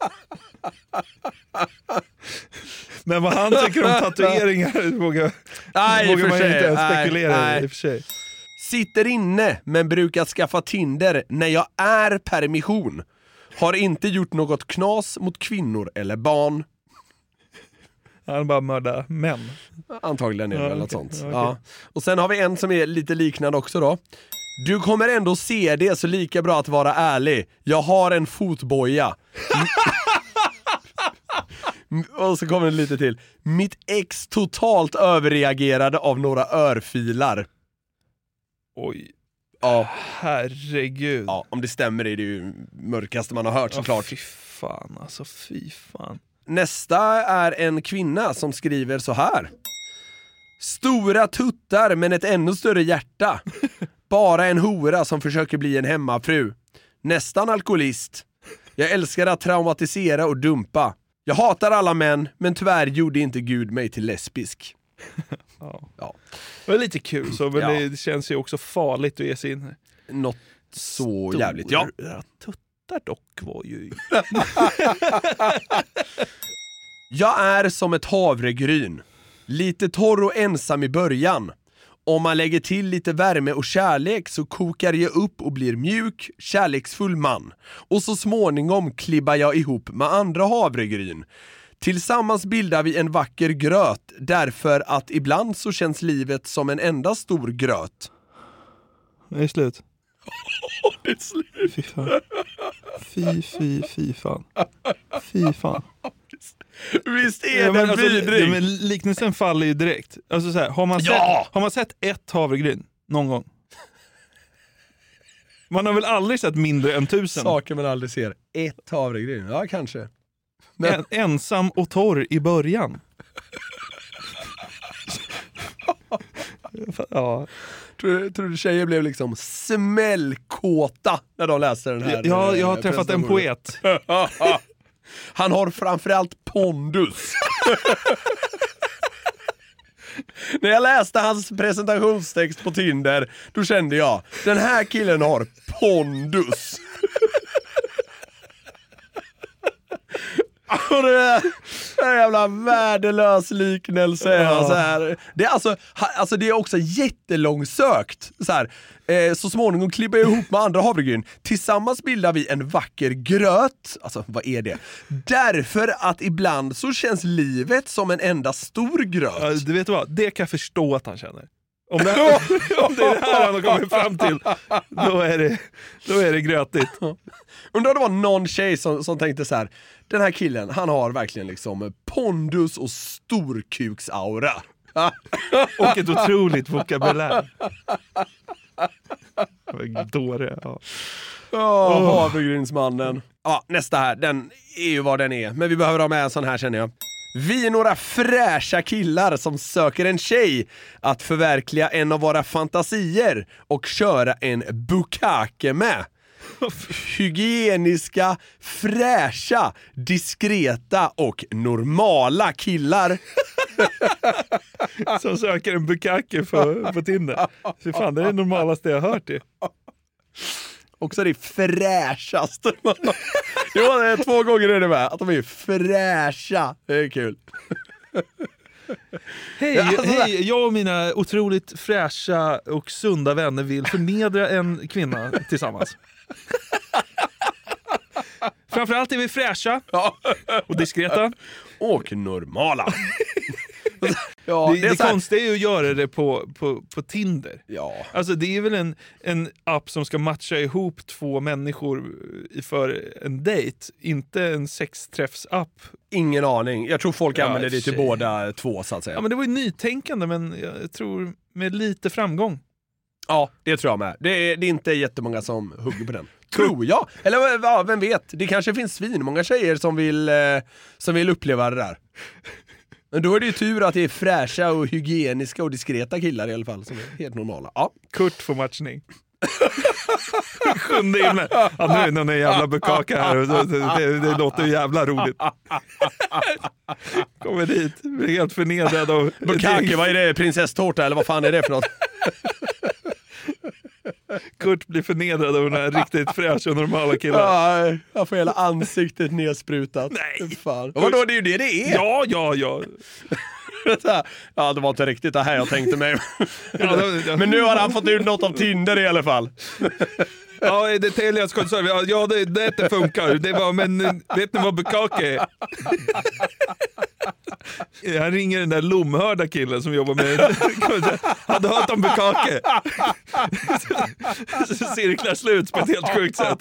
Men vad han tycker om tatueringar vågar man inte ens spekulera i och för sig. Sitter inne men brukar skaffa Tinder när jag är permission. Har inte gjort något knas mot kvinnor eller barn. Han bara mördar män. Antagligen är det väl något sånt. Okay. Ja. Och sen har vi en som är lite liknande också då. Du kommer ändå se det, så lika bra att vara ärlig. Jag har en fotboja. Och så kommer det lite till. Mitt ex totalt överreagerade av några örfilar. Oj. Ja. Herregud. Ja, om det stämmer är det ju mörkaste man har hört såklart. Fy fan, alltså fy fan. Nästa är en kvinna som skriver så här. Stora tuttar men ett ännu större hjärta. Bara en hora som försöker bli en hemmafru. Nästan alkoholist. Jag älskar att traumatisera och dumpa. Jag hatar alla män, men tyvärr gjorde inte Gud mig till lesbisk. Ja. Det var lite kul så, men det känns ju också farligt att ge sig in. Något så jävligt. Ja. Tuttar dock var ju... Jag är som ett havregryn. Lite torr och ensam i början. Om man lägger till lite värme och kärlek så kokar jag upp och blir mjuk, kärleksfull man. Och så småningom klibbar jag ihop med andra havregryn. Tillsammans bildar vi en vacker gröt, därför att ibland så känns livet som en enda stor gröt. Det är slut. Det är slut. Fy fan. Fy fan. Fy fan. Visst är den vidrig? Men liknelsen faller ju direkt. Alltså så här, har man sett ett havregryn någon gång? Man har väl aldrig sett mindre än 1000? Saker man aldrig ser. Ett havregryn, ja kanske. Men... ensam och torr i början. Ja. Tror du tjejer blev liksom smällkåta när de läste den här? Ja, jag har träffat en poet. Han har framförallt pondus. När jag läste hans presentationstext på Tinder, då kände jag, den här killen har pondus. Och det är jävla värdelös liknelse. Ja. Så här. Det är alltså det är också jättelångsökt. Så här. Så småningom klibbar jag ihop med andra havregryn. Tillsammans bildar vi en vacker gröt. Alltså, vad är det? Därför att ibland så känns livet som en enda stor gröt. Ja, du vet vad? Det kan jag förstå att han känner. Om det är det här han har kommit fram till, då är det grötigt. Undrar om det var någon tjej som tänkte så här: den här killen, han har verkligen liksom pondus och storkuksaura. Och ett otroligt vokabulär. Dåre, havregrynsmannen. Ja, nästa här, den är ju vad den är. Men vi behöver ha med en sån här, känner jag. Vi är några fräscha killar som söker en tjej att förverkliga en av våra fantasier och köra en bukkake med. Hygieniska, fräscha, diskreta och normala killar. Som söker en bukkake på Tinder. Så fan, det är det normalaste jag har hört det. Också det fräschaste. Jo, det är 2 gånger är det med. Att de är fräscha. Det är kul. Hej, jag och mina otroligt fräscha och sunda vänner vill förnedra en kvinna tillsammans. Framförallt är vi fräscha och diskreta. Och normala. Ja, det konstiga är ju att göra det på Tinder. Ja. Alltså det är väl en app som ska matcha ihop 2 människor för en dejt, inte en sexträffsapp. Ingen aning. Jag tror folk använder det till båda 2, så att säga. Ja, men det var ju nytänkande, men jag tror med lite framgång. Ja, det tror jag med. Det är inte jättemånga som hugger på den. Tror jag. Eller ja, vem vet. Det kanske finns många tjejer som vill uppleva det där. Men då är det ju tur att det är fräscha och hygieniska och diskreta killar i alla fall som är helt normala. Ja. Kurt får matchning. 7:e himlen. Ja, nu är det någon jävla bukkaka här. Det låter ju jävla roligt. Kommer dit, blir helt förnedrad av... Bukkake, vad är det? Prinsesstårta eller vad fan är det för något? Kurt blir förnedrad av den här riktigt fräscha och normala killen. Ja, jag får hela ansiktet nedsprutat. Nej. Fan. Vadå, det är ju det är. Ja. Ja, det var inte riktigt det här jag tänkte mig. Men nu har han fått ut något av Tinder i alla fall. Ja, det Telias kundservice. Ja, det funkar. Det var, men vet ni vad bukkake är? Han ringer den där lomhörda killen som jobbar med... Hade hört om bukkake. Så cirklar slut på ett helt sjukt sätt.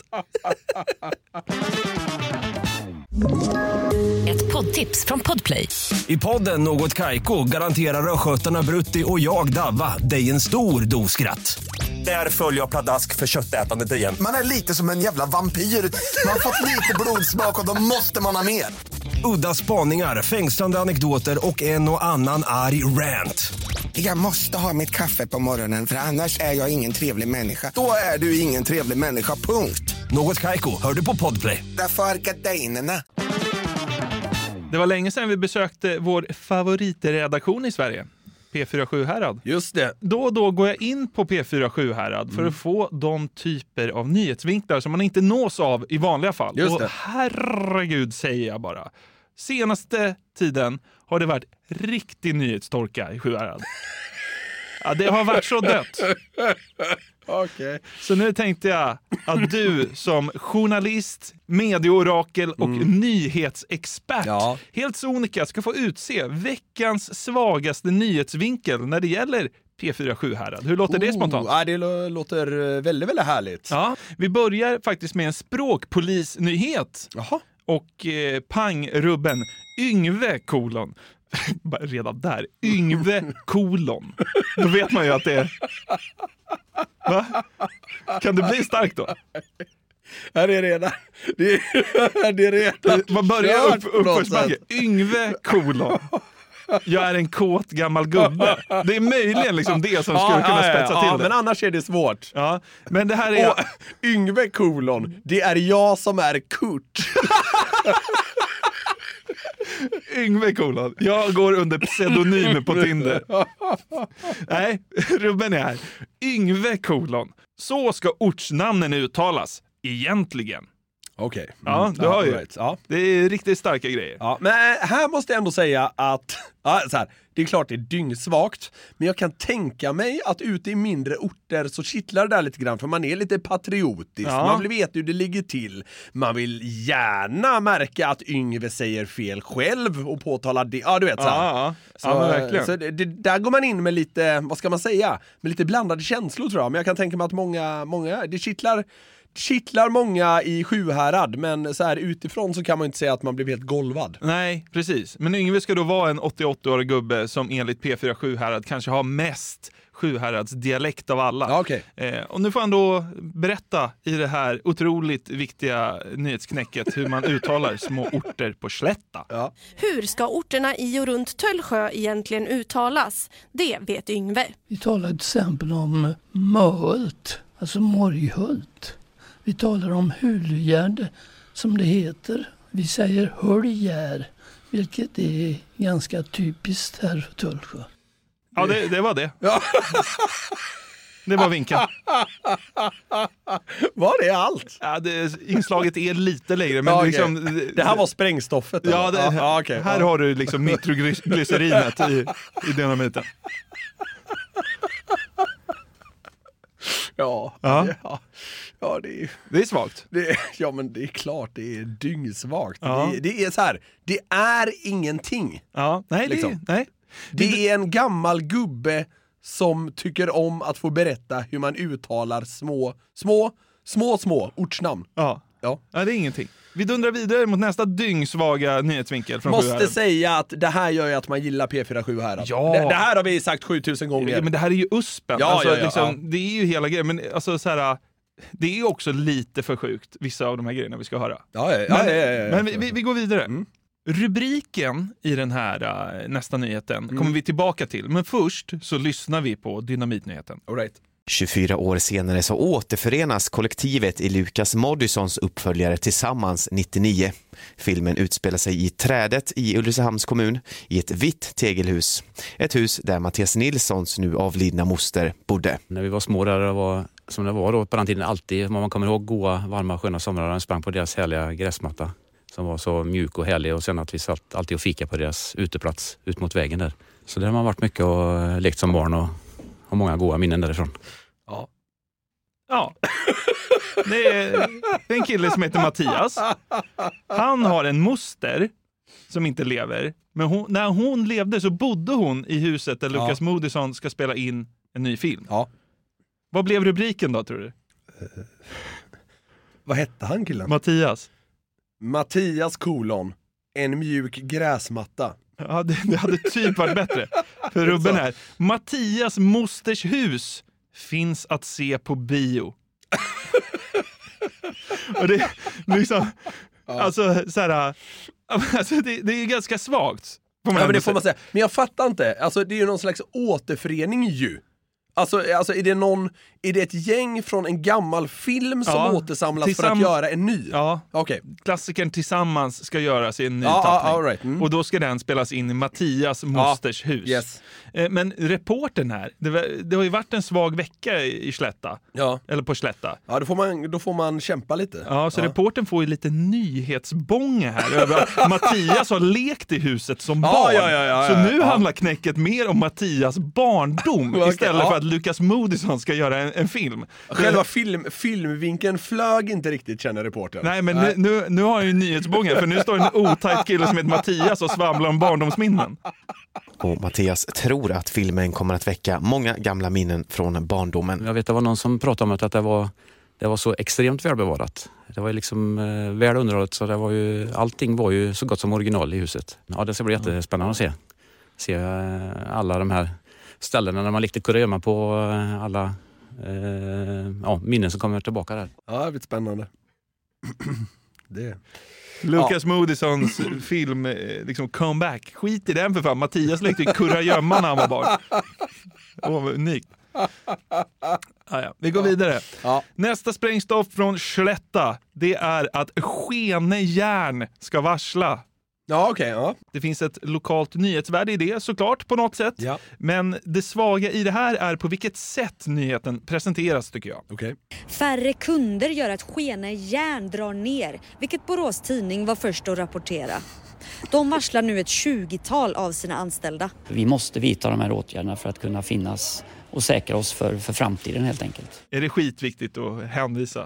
Ett poddtips från Podplay. I podden Något Kaiko garanterar röskötarna Brutti och jag Davva dig en stor doskratt. Där följer jag pladask för köttätandet igen. Man är lite som en jävla vampyr. Man har fått lite blodsmak och då måste man ha mer. Udda spaningar, fängslande anekdoter och en och annan arg rant. Jag måste ha mitt kaffe på morgonen för annars är jag ingen trevlig människa. Då är du ingen trevlig människa, punkt. Något Kaiko, hör du på Podplay. Därför är gardinerna. Det var länge sedan vi besökte vår favoritredaktion i Sverige. P4 Sjuhärad. Just det. Då och då går jag in på P4 Sjuhärad för att få de typer av nyhetsvinklar som man inte nås av i vanliga fall. Just det. Och herregud säger jag bara. Senaste tiden har det varit riktig nyhetstorka i Sjuhärad. Ja, det har varit så dött. Okay. Så nu tänkte jag att du som journalist, medieorakel och nyhetsexpert helt sonika ska få utse veckans svagaste nyhetsvinkel när det gäller P4 Sjuhärad. Hur låter det spontant? Ja, det låter väldigt, väldigt härligt. Ja, vi börjar faktiskt med en språkpolisnyhet. Jaha. Och pangrubben Yngve : redan där. Yngve : Då vet man ju att det är... Va? Kan det bli starkt då? Ja, det är redan. Det är redan. Man börjar uppförsbacke. Yngve : jag är en kåt gammal gubbe. Det är möjligen liksom det som skulle kunna spetsa till det. Men annars är det svårt. Ja, men det här är... Och Yngve : det är jag som är Kurt. Yngve : jag går under pseudonym på Tinder. Nej, rubben är här. Yngve : så ska ortsnamnen uttalas egentligen. Okej. Ja, du har ju. Right. Ja. Det är riktigt starka grejer. Ja, men här måste jag ändå säga att så här, det är klart det är dyngsvagt, men jag kan tänka mig att ute i mindre orter så kittlar det där lite grann, för man är lite patriotisk. Ja. Man vill veta hur det ligger till. Man vill gärna märka att Yngve säger fel själv och påtalar det. Ja, du vet så här. Ja, men verkligen. Så där går man in med lite, vad ska man säga, med lite blandade känslor tror jag. Men jag kan tänka mig att många det kittlar många i Sjuhärad, men så här utifrån så kan man inte säga att man blir helt golvad. Nej, precis. Men Yngve ska då vara en 88-årig gubbe som enligt P4 Sjuhärad kanske har mest Sjuhärads dialekt av alla. Ja, okay. Och nu får han då berätta i det här otroligt viktiga nyhetsknäcket hur man uttalar små orter på slätta. Ja. Hur ska orterna i och runt Töllsjö egentligen uttalas? Det vet Yngve. Vi talar till exempel om Mölt, alltså Morghult. Vi talar om Hulgärd som det heter. Vi säger Hölgär, vilket är ganska typiskt här för Töllsjö. Ja, det var det. Ja. Det var vinkeln. Var det allt? Ja, inslaget är lite längre. Men okay. liksom, det här var sprängstoffet? Ja, okay. Här har du liksom nitroglycerinet i dynamiten. Ja, det är svagt. Ja, men det är klart, det är dyngsvagt. Ja. Det är så här, det är ingenting. Ja, nej, liksom. Det är en gammal gubbe som tycker om att få berätta hur man uttalar små ortsnamn. Ja, det är ingenting. Vi dundrar vidare mot nästa dyngsvaga nyhetsvinkel från Måste Sjuhärad. säga att det här gör ju att man gillar P4 Sjuhärad. Ja. Det här har vi sagt 7000 gånger. Ja, men det här är ju USPen. Det är ju hela grejen. Men alltså så här, det är ju också lite för sjukt, vissa av de här grejerna vi ska höra. Men vi går vidare. Mm. Rubriken i den här nästa nyheten kommer vi tillbaka till. Men först så lyssnar vi på Dynamitnyheten. All right. 24 år senare så återförenas kollektivet i Lukas Moodyssons uppföljare Tillsammans 99. Filmen utspelar sig i Trädet i Ulricehamns kommun i ett vitt tegelhus. Ett hus där Mattias Nilssons nu avlidna moster bodde. När vi var små där det var, som det var då på den tiden alltid, man kommer ihåg goda, varma, sköna somrar, sprang på deras härliga gräsmatta som var så mjuk och härlig, och sen att vi satt alltid och fika på deras uteplats ut mot vägen där. Så där har man varit mycket och lekt som barn och har många goda minnen därifrån. Ja. Det är en kille som heter Mattias. Han har en moster som inte lever. Men när hon levde så bodde hon i huset där Lukas Moodysson ska spela in en ny film. Ja. Vad blev rubriken då, tror du? Vad hette han, killen? Mattias : en mjuk gräsmatta. Ja, det hade typ varit bättre. För rubben här. Mattias mosters hus finns att se på bio. Och det liksom, alltså så här, alltså det är ganska svagt. Men det får man säga. Men jag fattar inte. Alltså det är ju någon slags återförening ju. Alltså är det ett gäng från en gammal film som återsamlas för att göra en ny? Ja, klassikern Tillsammans ska göras i en ny tappning. Right. Och då ska den spelas in i Mattias mosters hus. Yes. Men reportern här, det har ju varit en svag vecka i Slätta. Ja. Eller på Slätta. Ja, då får man kämpa lite. Ja, så reportern får ju lite nyhetsbånge här över att Mattias har lekt i huset som barn. Så nu handlar knäcket mer om Mattias barndom istället för att Lukas Moodysson ska göra en film. Själva filmvinkeln flög inte riktigt, känner reportern. Nej, men nu har jag ju nyhetsbången, för nu står en otajt kille som heter Mattias och svamlar om barndomsminnen. Och Mattias tror att filmen kommer att väcka många gamla minnen från barndomen. Jag vet, det var någon som pratade om att det var så extremt välbevarat. Det var ju liksom väl underhållet, så allting var ju så gott som original i huset. Ja, det ska bli jättespännande att se alla de här ställena när man lekte kurragömma på alla minnen som kommer tillbaka där. Ja, det blir spännande. Lukas Moodyssons film liksom comeback. Skit i den för fan. Mattias lekte kurragömma när han var barn. Unikt. Vi går vidare. Nästa sprängstoff från Slätta, det är att Skene Järn ska varsla. Det finns ett lokalt nyhetsvärde i det, såklart, på något sätt. Men det svaga i det här är på vilket sätt nyheten presenteras, tycker jag. Färre kunder gör att Skene Järn drar ner, vilket Borås Tidning var först att rapportera. De varslar nu ett 20-tal av sina anställda. Vi måste vidta de här åtgärderna för att kunna finnas och säkra oss för framtiden, helt enkelt. Är det skitviktigt att hänvisa?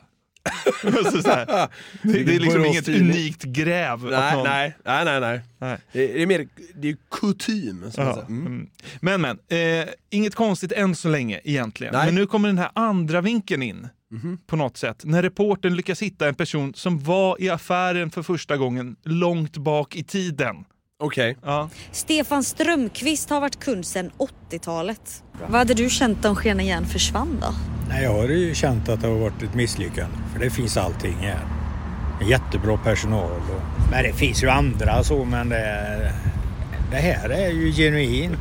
Det är liksom inget unikt gräv. Nej. Det är mer, det är kutym. Men inget konstigt än så länge egentligen. Nej. Men nu kommer den här andra vinkeln in. På något sätt. När reportern lyckas hitta en person som var i affären för första gången långt bak i tiden. Stefan Strömqvist har varit kund sedan 80-talet. Vad hade du känt om Skene Järn försvann då? Nej, jag har ju känt att det har varit ett misslyckande. För det finns allting här. Jättebra personal. Men det finns ju andra så, men det här är ju genuint.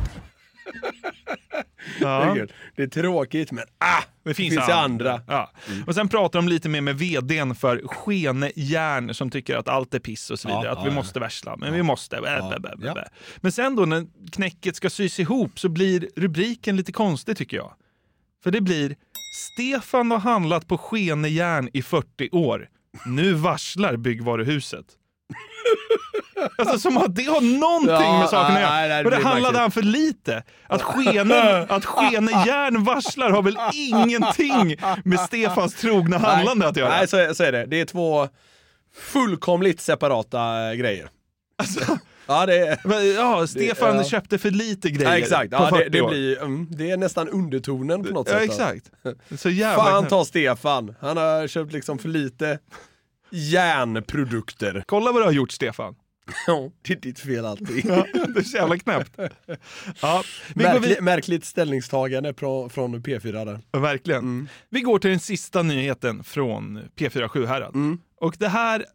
Det är tråkigt, men det finns andra. Och sen pratar de lite mer med vdn för Skene Järn som tycker att allt är piss och så vidare. Att vi måste värsla, men vi måste. Men sen då när knäcket ska sys ihop så blir rubriken lite konstig, tycker jag. För det blir: Stefan har handlat på Skene Järn i 40 år. Nu varslar byggvaruhuset. Alltså som att det har någonting med saken att göra. Men det handlade han för lite. Att Skene Järn varslar har väl ingenting med Stefans trogna handlande att göra. Nej, så är det. Det är två fullkomligt separata grejer. Alltså, Stefan köpte för lite grejer. Ja, exakt. Det är nästan undertonen på något sätt. Ja, exakt. Så jävla fan ta Stefan. Han har köpt liksom för lite järnprodukter. Kolla vad du har gjort, Stefan. Ja, det är ditt fel alltid. Det är så jävla knäppt. Märkligt ställningstagande från P4 där. Verkligen. Vi går till den sista nyheten från P4 Sjuhärad. Och det här,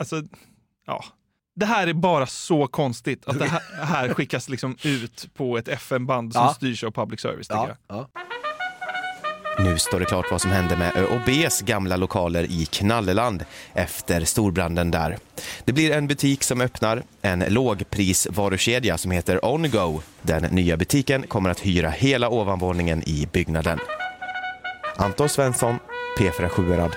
det här är bara så konstigt att det här skickas liksom ut på ett FN-band som styrs av public service, tycker jag. Nu står det klart vad som hände med ÖoBs gamla lokaler i Knalleland efter storbranden där. Det blir en butik som öppnar, en lågprisvarukedja som heter On Go. Den nya butiken kommer att hyra hela ovanvåningen i byggnaden. Anton Svensson, P4 Sjuhärad.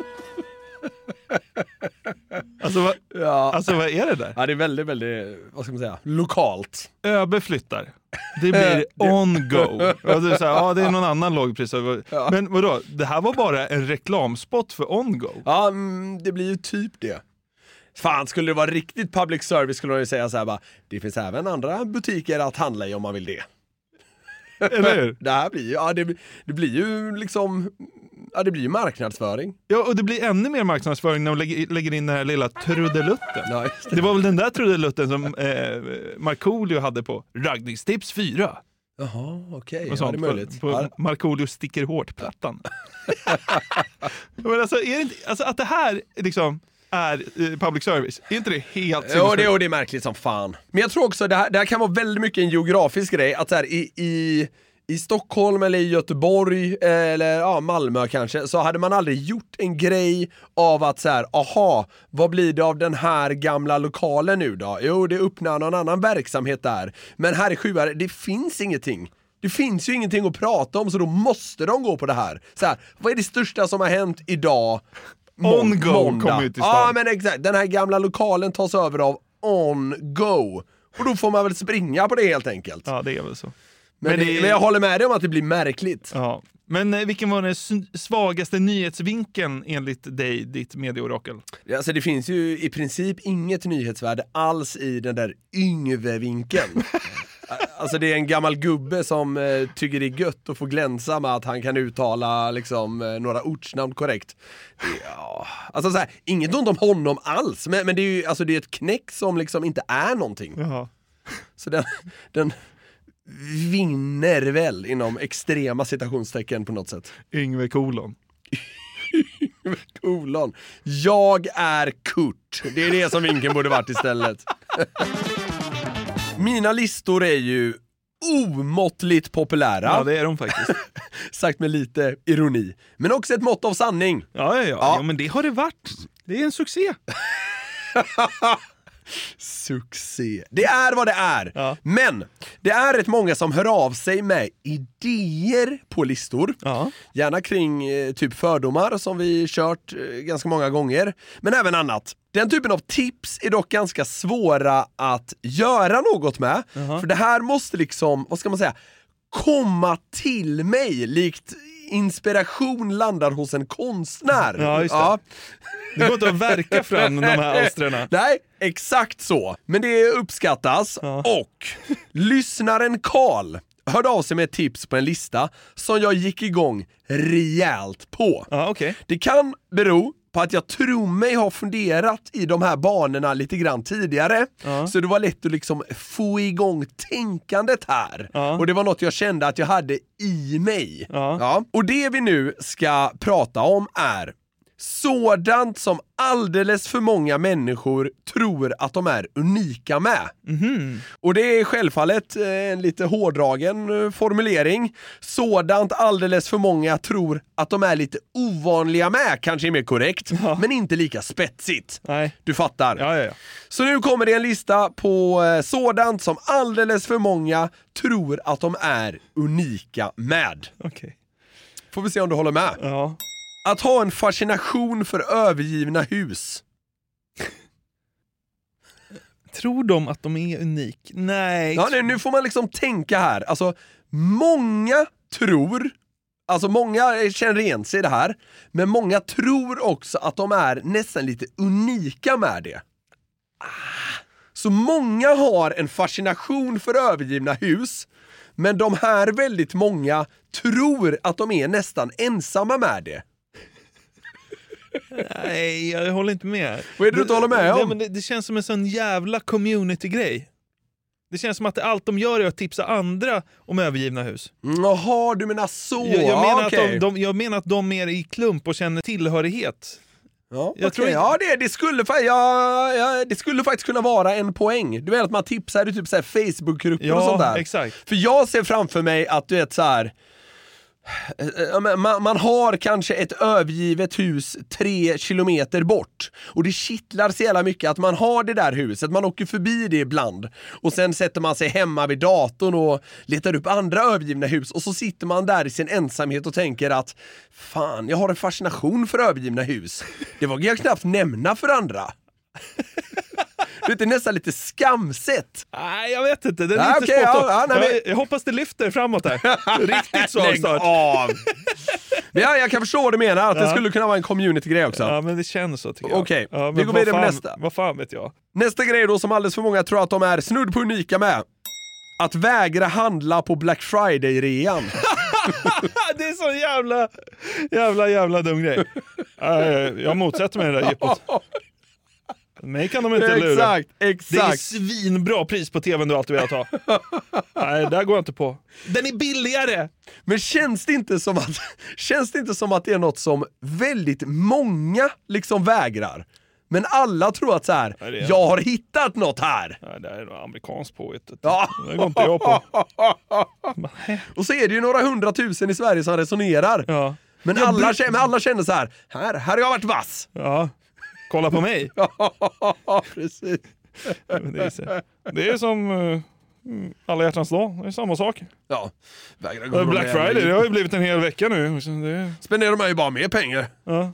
Alltså vad är det där? Ja, det är väldigt, väldigt, vad ska man säga, lokalt. ÖB flyttar. Det blir On Go. Det är någon annan lågpris. Men vadå? Det här var bara en reklamspot för On Go. Ja, det blir ju typ det. Fan, skulle det vara riktigt public service skulle de ju säga så här bara, det finns även andra butiker att handla i om man vill det. Eller hur? Det här blir ju, det blir ju liksom, det blir ju marknadsföring. Ja, och det blir ännu mer marknadsföring när de lägger in den här lilla trudelutten. Det var väl den där trudelutten som Markoolio hade på Raggningstips 4. Jaha, okej. Det är möjligt. På Markoolio sticker hårt-plattan. Men alltså, är det inte, alltså att det här liksom är public service, är inte det helt Jo, det är märkligt som fan. Men jag tror också det här kan vara väldigt mycket en geografisk grej, att så här, i i Stockholm eller i Göteborg eller Malmö kanske, så hade man aldrig gjort en grej av att så här, aha, vad blir det av den här gamla lokalen nu då? Jo, det öppnar någon annan verksamhet där. Men här i Sjuhärad, det finns ingenting. Det finns ju ingenting att prata om, så då måste de gå på det här. Så här, vad är det största som har hänt idag? On-Go kom ut i stan. Ja, men exakt. Den här gamla lokalen tas över av On-Go. Och då får man väl springa på det helt enkelt. Ja, det är väl så. Men jag håller med dig om att det blir märkligt. Ja. Men vilken var den svagaste nyhetsvinkeln enligt dig, ditt medieorakel? Alltså det finns ju i princip inget nyhetsvärde alls i den där Yngve-vinkeln. Alltså det är en gammal gubbe som tycker det är gött att få glänsa med att han kan uttala liksom några ortsnamn korrekt. Ja, alltså så här, inget ont om honom alls, men det är ju alltså det är ett knäck som liksom inte är någonting. Jaha. Så den vinner väl inom extrema citationstecken på något sätt. Yngve kolon. Yngve kolon. Jag är Kurt. Det är det som vinkeln borde varit istället. Mina listor är ju omåttligt populära. Ja, det är de faktiskt. Sagt med lite ironi. Men också ett mått av sanning. Ja, men det har det varit. Det är en succé. Succé. Det är vad det är. Ja. Men det är rätt många som hör av sig med idéer på listor. Ja. Gärna kring typ fördomar som vi kört ganska många gånger. Men även annat. Den typen av tips är dock ganska svåra att göra något med. För det här måste liksom, vad ska man säga, komma till mig likt inspiration landar hos en konstnär. Ja, just det. Ja. Det går inte att verka fram de här alstrarna. Nej, exakt så. Men det uppskattas. Ja. Och lyssnaren Karl hörde av sig med ett tips på en lista som jag gick igång rejält på. Ja, okay. Det kan bero på att jag tror mig ha funderat i de här banorna lite grann tidigare. Ja. Så det var lätt att liksom få igång tänkandet här. Ja. Och det var något jag kände att jag hade i mig. Ja. Ja. Och det vi nu ska prata om är sådant som alldeles för många människor tror att de är unika med. Mm-hmm. Och det är självfallet en lite hårdragen formulering. Sådant alldeles för många tror att de är lite ovanliga med, kanske är mer korrekt, men inte lika spetsigt. Nej. Du fattar. Ja. Så nu kommer det en lista på sådant som alldeles för många tror att de är unika med. Okej. Får vi se om du håller med. Ja. Att ha en fascination för övergivna hus. Tror de att de är unik? Nej. Ja, nu får man liksom tänka här. Alltså, många tror, alltså många känner igen sig i det här, men många tror också att de är nästan lite unika med det. Så många har en fascination för övergivna hus, men de här väldigt många tror att de är nästan ensamma med det. Nej, jag håller inte med. Vad är det du inte håller med om? Det känns som en sån jävla community-grej. Det känns som att allt de gör är att tipsa andra om övergivna hus. Jaha, du menar så. Jag menar att de är i klump och känner tillhörighet. Ja, det skulle faktiskt kunna vara en poäng. Du vet att man tipsar i typ så här Facebook-grupper och sånt där. Exakt. För jag ser framför mig att du vet så här, man har kanske ett övergivet hus 3 kilometer bort och det kittlar så jävla mycket att man har det där huset, man åker förbi det ibland och sen sätter man sig hemma vid datorn och letar upp andra övergivna hus och så sitter man där i sin ensamhet och tänker att fan, jag har en fascination för övergivna hus. Det vågar jag knappt nämna för andra. Det är nästan lite skamset. Nej, jag vet inte. Den är inte spot. Jag hoppas det lyfter framåt här. Riktigt svag start. Ja, jag kan förstå vad du menar. Att det skulle kunna vara en community-grej också. Ja, men det känns så tycker jag. Okej, vi går vidare med nästa. Vad fan vet jag? Nästa grej då som alldeles för många tror att de är snudd på unika med. Att vägra handla på Black Friday-rean. Det är så jävla dum grej. Jag motsätter mig det där jippot. Mig kan de inte lura. Exakt. Det är svinbra pris på tvn du alltid vill ha. Nej, där går jag inte på. Den är billigare. Men känns det inte som att det är något som väldigt många liksom vägrar? Men alla tror att så här, jag har hittat något här. Nej, det är något amerikanskt påhitt. Ja. Det går inte jag på. Och så är det ju några 100 000 i Sverige som resonerar. Ja. Men alla känner så här har jag varit vass. Ja, kolla på mig. Ja, precis. Det är som alla hjärtans dag, det är samma sak. Ja. Black Friday, det har ju blivit en hel vecka nu. Spenderar man ju bara mer pengar. Ja.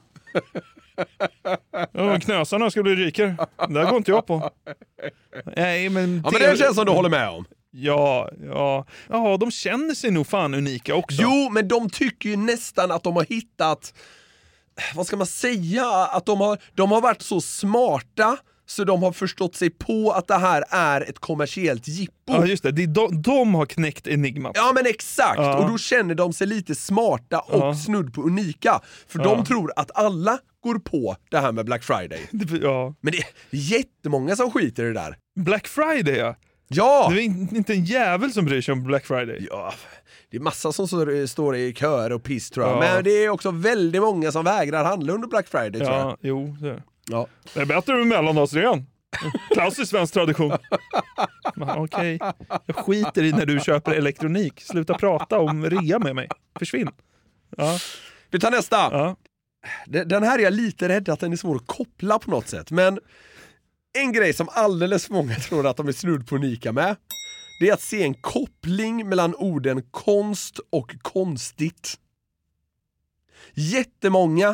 Knösarna ska bli rikare. Det går inte jag på. Nej, men det känns som du håller med om. Ja, de känner sig nog fan unika också. Jo, men de tycker ju nästan att de har hittat, vad ska man säga, att de har varit så smarta så de har förstått sig på att det här är ett kommersiellt jippo. Ja, just det. De har knäckt enigmat. Ja, men exakt. Ja. Och då känner de sig lite smarta och snudd på unika. För de tror att alla går på det här med Black Friday. Ja. Men det är jättemånga som skiter i det där. Black Friday, ja. Ja! Det är inte en jävel som bryr sig om Black Friday. Ja, det är massa som står i köer och piss, tror jag. Ja. Men det är också väldigt många som vägrar handla under Black Friday, tror jag. Jo, det är. Ja. Det är bättre med mellandagsrean. Klassisk svensk tradition. Okej. Jag skiter i när du köper elektronik. Sluta prata om rea med mig. Försvinn. Ja. Vi tar nästa. Ja. Den här är jag lite rädd att den är svår att koppla på något sätt. Men en grej som alldeles för många tror att de är snudd på unika med, det är att se en koppling mellan orden konst och konstigt. Jättemånga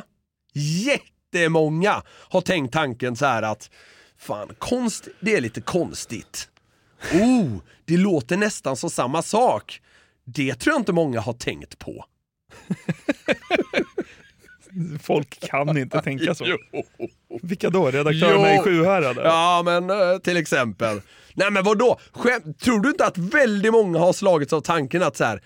har tänkt tanken så här att fan, konst, det är lite konstigt. Det låter nästan som samma sak. Det tror jag inte många har tänkt på. Folk kan inte tänka så. Vilka då? Redaktörerna i Sjuhärad? Ja, men till exempel. Nej, men vadå? Tror du inte att väldigt många har slagits av tanken att så här,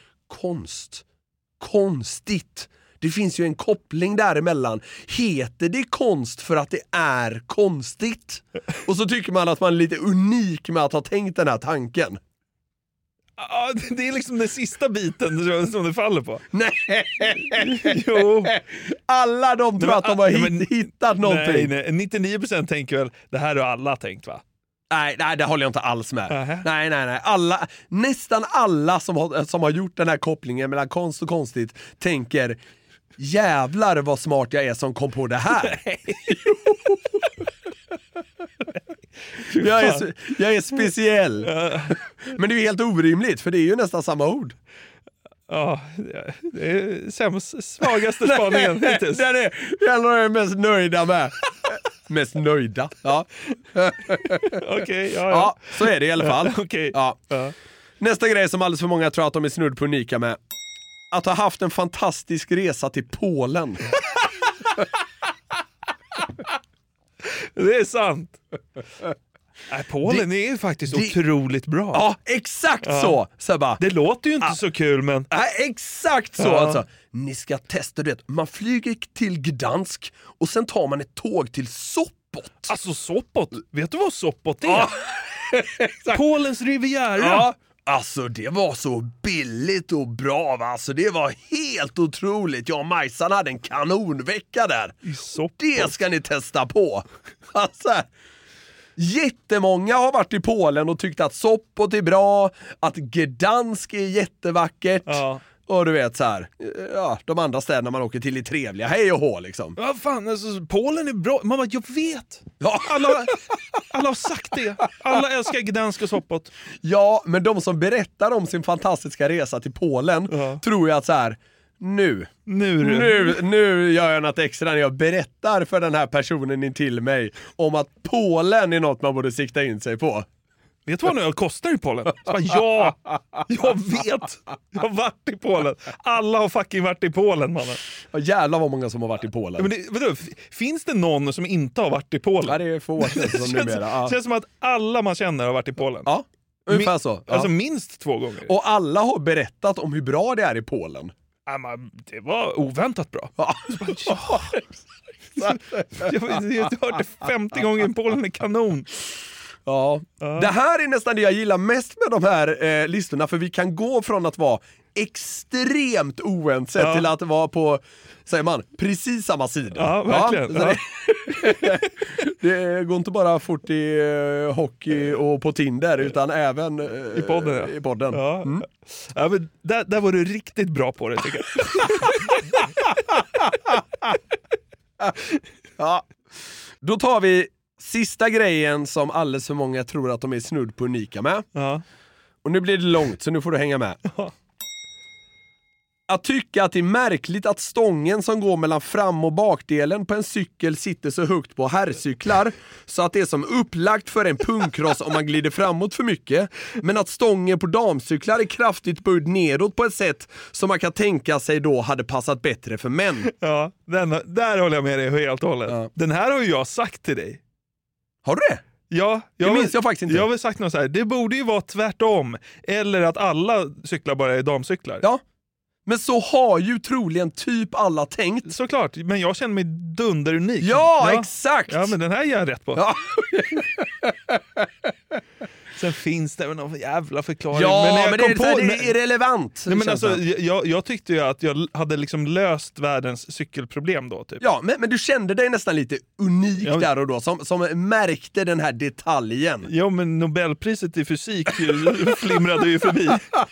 konstigt. Det finns ju en koppling däremellan. Heter det konst för att det är konstigt? Och så tycker man att man är lite unik med att ha tänkt den här tanken. Ja, det är liksom den sista biten som det faller på. Nej! Jo. Alla de tror att de har hittat någonting. Nej, 99% tänker väl, det här har alla tänkt, va? Nej, det håller jag inte alls med. Nej. Nästan alla som har gjort den här kopplingen mellan konst och konstigt tänker, jävlar vad smart jag är som kom på det här. Jag är speciell. Men det är ju helt orimligt, för det är ju nästan samma ord. Ja, det är svagaste spaningen hittills. Den är jag mest nöjda med. Mest nöjda. Ja. Okej, ja, så är det i alla fall. Okej. Ja. Nästa grej som alldeles för många tror att de är snudd på unika med. Att ha haft en fantastisk resa till Polen. Det är sant. Polen är ju faktiskt otroligt bra. Ja, exakt så. Så bara, det låter ju inte så kul, men... exakt så. Alltså, ni ska testa det. Man flyger till Gdansk och sen tar man ett tåg till Sopot. Alltså Sopot? Vet du vad Sopot är? Polens Riviera. Ja. Alltså det var så billigt och bra, va? Alltså det var helt otroligt. Jag och Majsan hade en kanonvecka där. Det ska ni testa på. Alltså, jättemånga har varit i Polen och tyckt att Sopot är bra, att Gdansk är jättevackert. Ja. Och du vet så här, ja, de andra städerna man åker till är trevliga. Hej och hå liksom. Ja fan, alltså, Polen är bra. Mamma, jag vet. Ja. Alla har sagt det. Alla älskar Gdansk och Sopot. Ja, men de som berättar om sin fantastiska resa till Polen tror jag att så här, nu gör jag något extra när jag berättar för den här personen in till mig om att Polen är något man borde sikta in sig på. Vet du vad öl kostar i Polen? Ja, jag vet. Jag har varit i Polen. Alla har fucking varit i Polen, mannen. Ja, jävlar vad många som har varit i Polen. Men finns det någon som inte har varit i Polen? Ja, det är få som numera. Det känns som att alla man känner har varit i Polen. Ja, ungefär så. Ja. Alltså minst 2 gånger. Och alla har berättat om hur bra det är i Polen. Ja, men det var oväntat bra. Ja. Jag har hört det 50 gånger i Polen är kanon. Ja. Det här är nästan det jag gillar mest med de här listorna, för vi kan gå från att vara extremt oense till att vara på, säger man, precis samma sida. Ja, verkligen. Ja, det går inte bara fort i hockey och på Tinder, utan även i podden. Ja. Ja, men där var du riktigt bra på det, tycker jag. Ja. Då tar vi sista grejen som alldeles för många tror att de är snudd på unika med. Ja. Och nu blir det långt, så nu får du hänga med. Ja. Att tycka att det är märkligt att stången som går mellan fram- och bakdelen på en cykel sitter så högt på herrcyklar så att det är som upplagt för en punkross om man glider framåt för mycket, men att stången på damcyklar är kraftigt böjd nedåt på ett sätt som man kan tänka sig då hade passat bättre för män. Ja, där håller jag med dig helt och hållet. Ja. Den här har ju jag sagt till dig. Har du det? Ja, det minns jag faktiskt inte. Jag har väl sagt något så här, det borde ju vara tvärtom. Eller att alla cyklar bara är damcyklar. Ja. Men så har ju troligen typ alla tänkt. Såklart, men jag känner mig dunderunik. Ja, exakt! Ja, men den här är jag rätt på. Ja. Sen finns det någon jävla förklaring. Ja, men det är irrelevant. Nej, men alltså, jag tyckte ju att jag hade liksom löst världens cykelproblem då. Typ. Ja, men du kände dig nästan lite unik där och då, som märkte den här detaljen. Ja, men Nobelpriset i fysik flimrade ju förbi.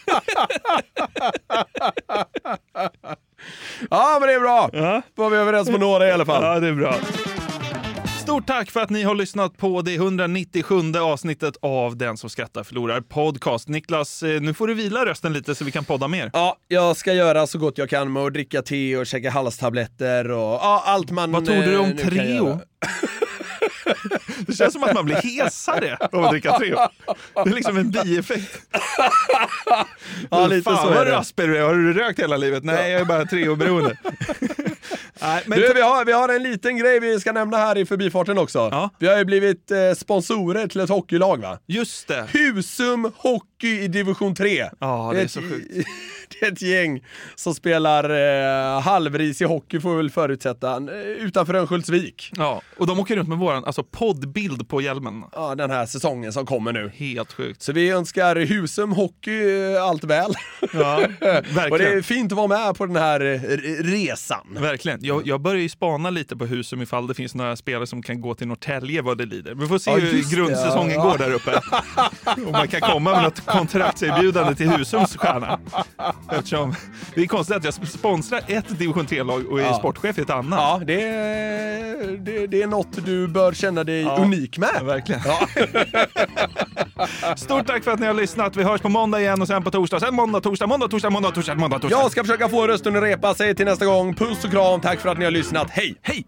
Ja, men det är bra. Ja. Var vi överens på några i alla fall. Ja, det är bra. Stort tack för att ni har lyssnat på det 197 avsnittet av Den som skrattar förlorar podcast. Niklas, nu får du vila rösten lite så vi kan podda mer. Ja, jag ska göra så gott jag kan med att dricka te och käka halstabletter och allt man... Vad tog du om Treo? Det känns som att man blir hesare av att dricka Treo. Det är liksom en bieffekt. Ja, lite fan, så är vad det. rasper du är. Har du rökt hela livet? Nej, jag är bara Treo-beroende. Nej, men du, vi har en liten grej vi ska nämna här i förbifarten också. Ja. Vi har ju blivit sponsorer till ett hockeylag, va? Just det. Husum Hockey i division 3. Ja, det är så sjukt. Det är ett gäng som spelar halvrisig hockey, får vi väl förutsätta, utanför Örnsköldsvik. Ja, och de åker runt med våran poddbild på hjälmen. Ja, den här säsongen som kommer nu. Helt sjukt. Så vi önskar Husum Hockey allt väl. Ja, verkligen. Och det är fint att vara med på den här resan. Verkligen. Jag börjar ju spana lite på Husum ifall det finns några spelare som kan gå till Norrtälje vad det lider. Vi får se hur grundsäsongen går där uppe. Om man kan komma med något kontraktserbjudande till Husums stjärna. Eftersom det är konstigt att jag sponsrar ett division 3-lag och är sportchef i ett annat. Ja, det är något du bör känna dig unik med. Ja, verkligen. Ja. Stort tack för att ni har lyssnat. Vi hörs på måndag igen och sen på torsdag. Sen måndag, torsdag. Jag ska försöka få rösten att repa sig till nästa gång. Puss och kram. Tack för att ni har lyssnat. Hej! Hej!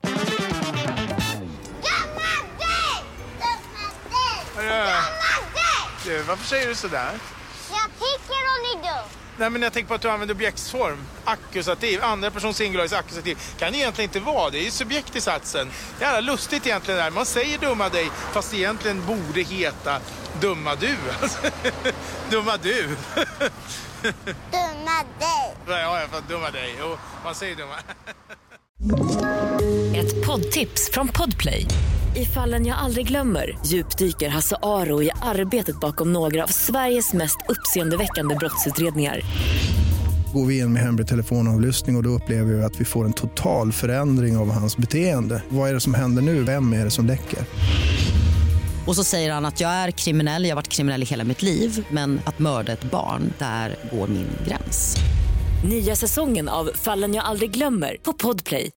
Du, varför säger du sådär? Jag tycker hon är dum. Nej, men jag tänker på att du använder objektsform. Akkusativ, andra person singularis akkusativ. Kan det egentligen inte vara. Det är ju subjekt i satsen. Det är lustigt egentligen där. Man säger dumma dig fast det egentligen borde heta dumma du. Dumma du. Dumma dig. Ja, jag får dumma dig. Jo, man säger dumma. Ett poddtips från Podplay. I Fallen jag aldrig glömmer djupdyker Hasse Aro i arbetet bakom några av Sveriges mest uppseendeväckande brottsutredningar. Går vi in med hemlig telefonavlyssning och då upplever vi att vi får en total förändring av hans beteende. Vad är det som händer nu? Vem är det som läcker? Och så säger han att jag är kriminell, jag har varit kriminell i hela mitt liv. Men att mörda ett barn, där går min gräns. Nya säsongen av Fallen jag aldrig glömmer på Podplay.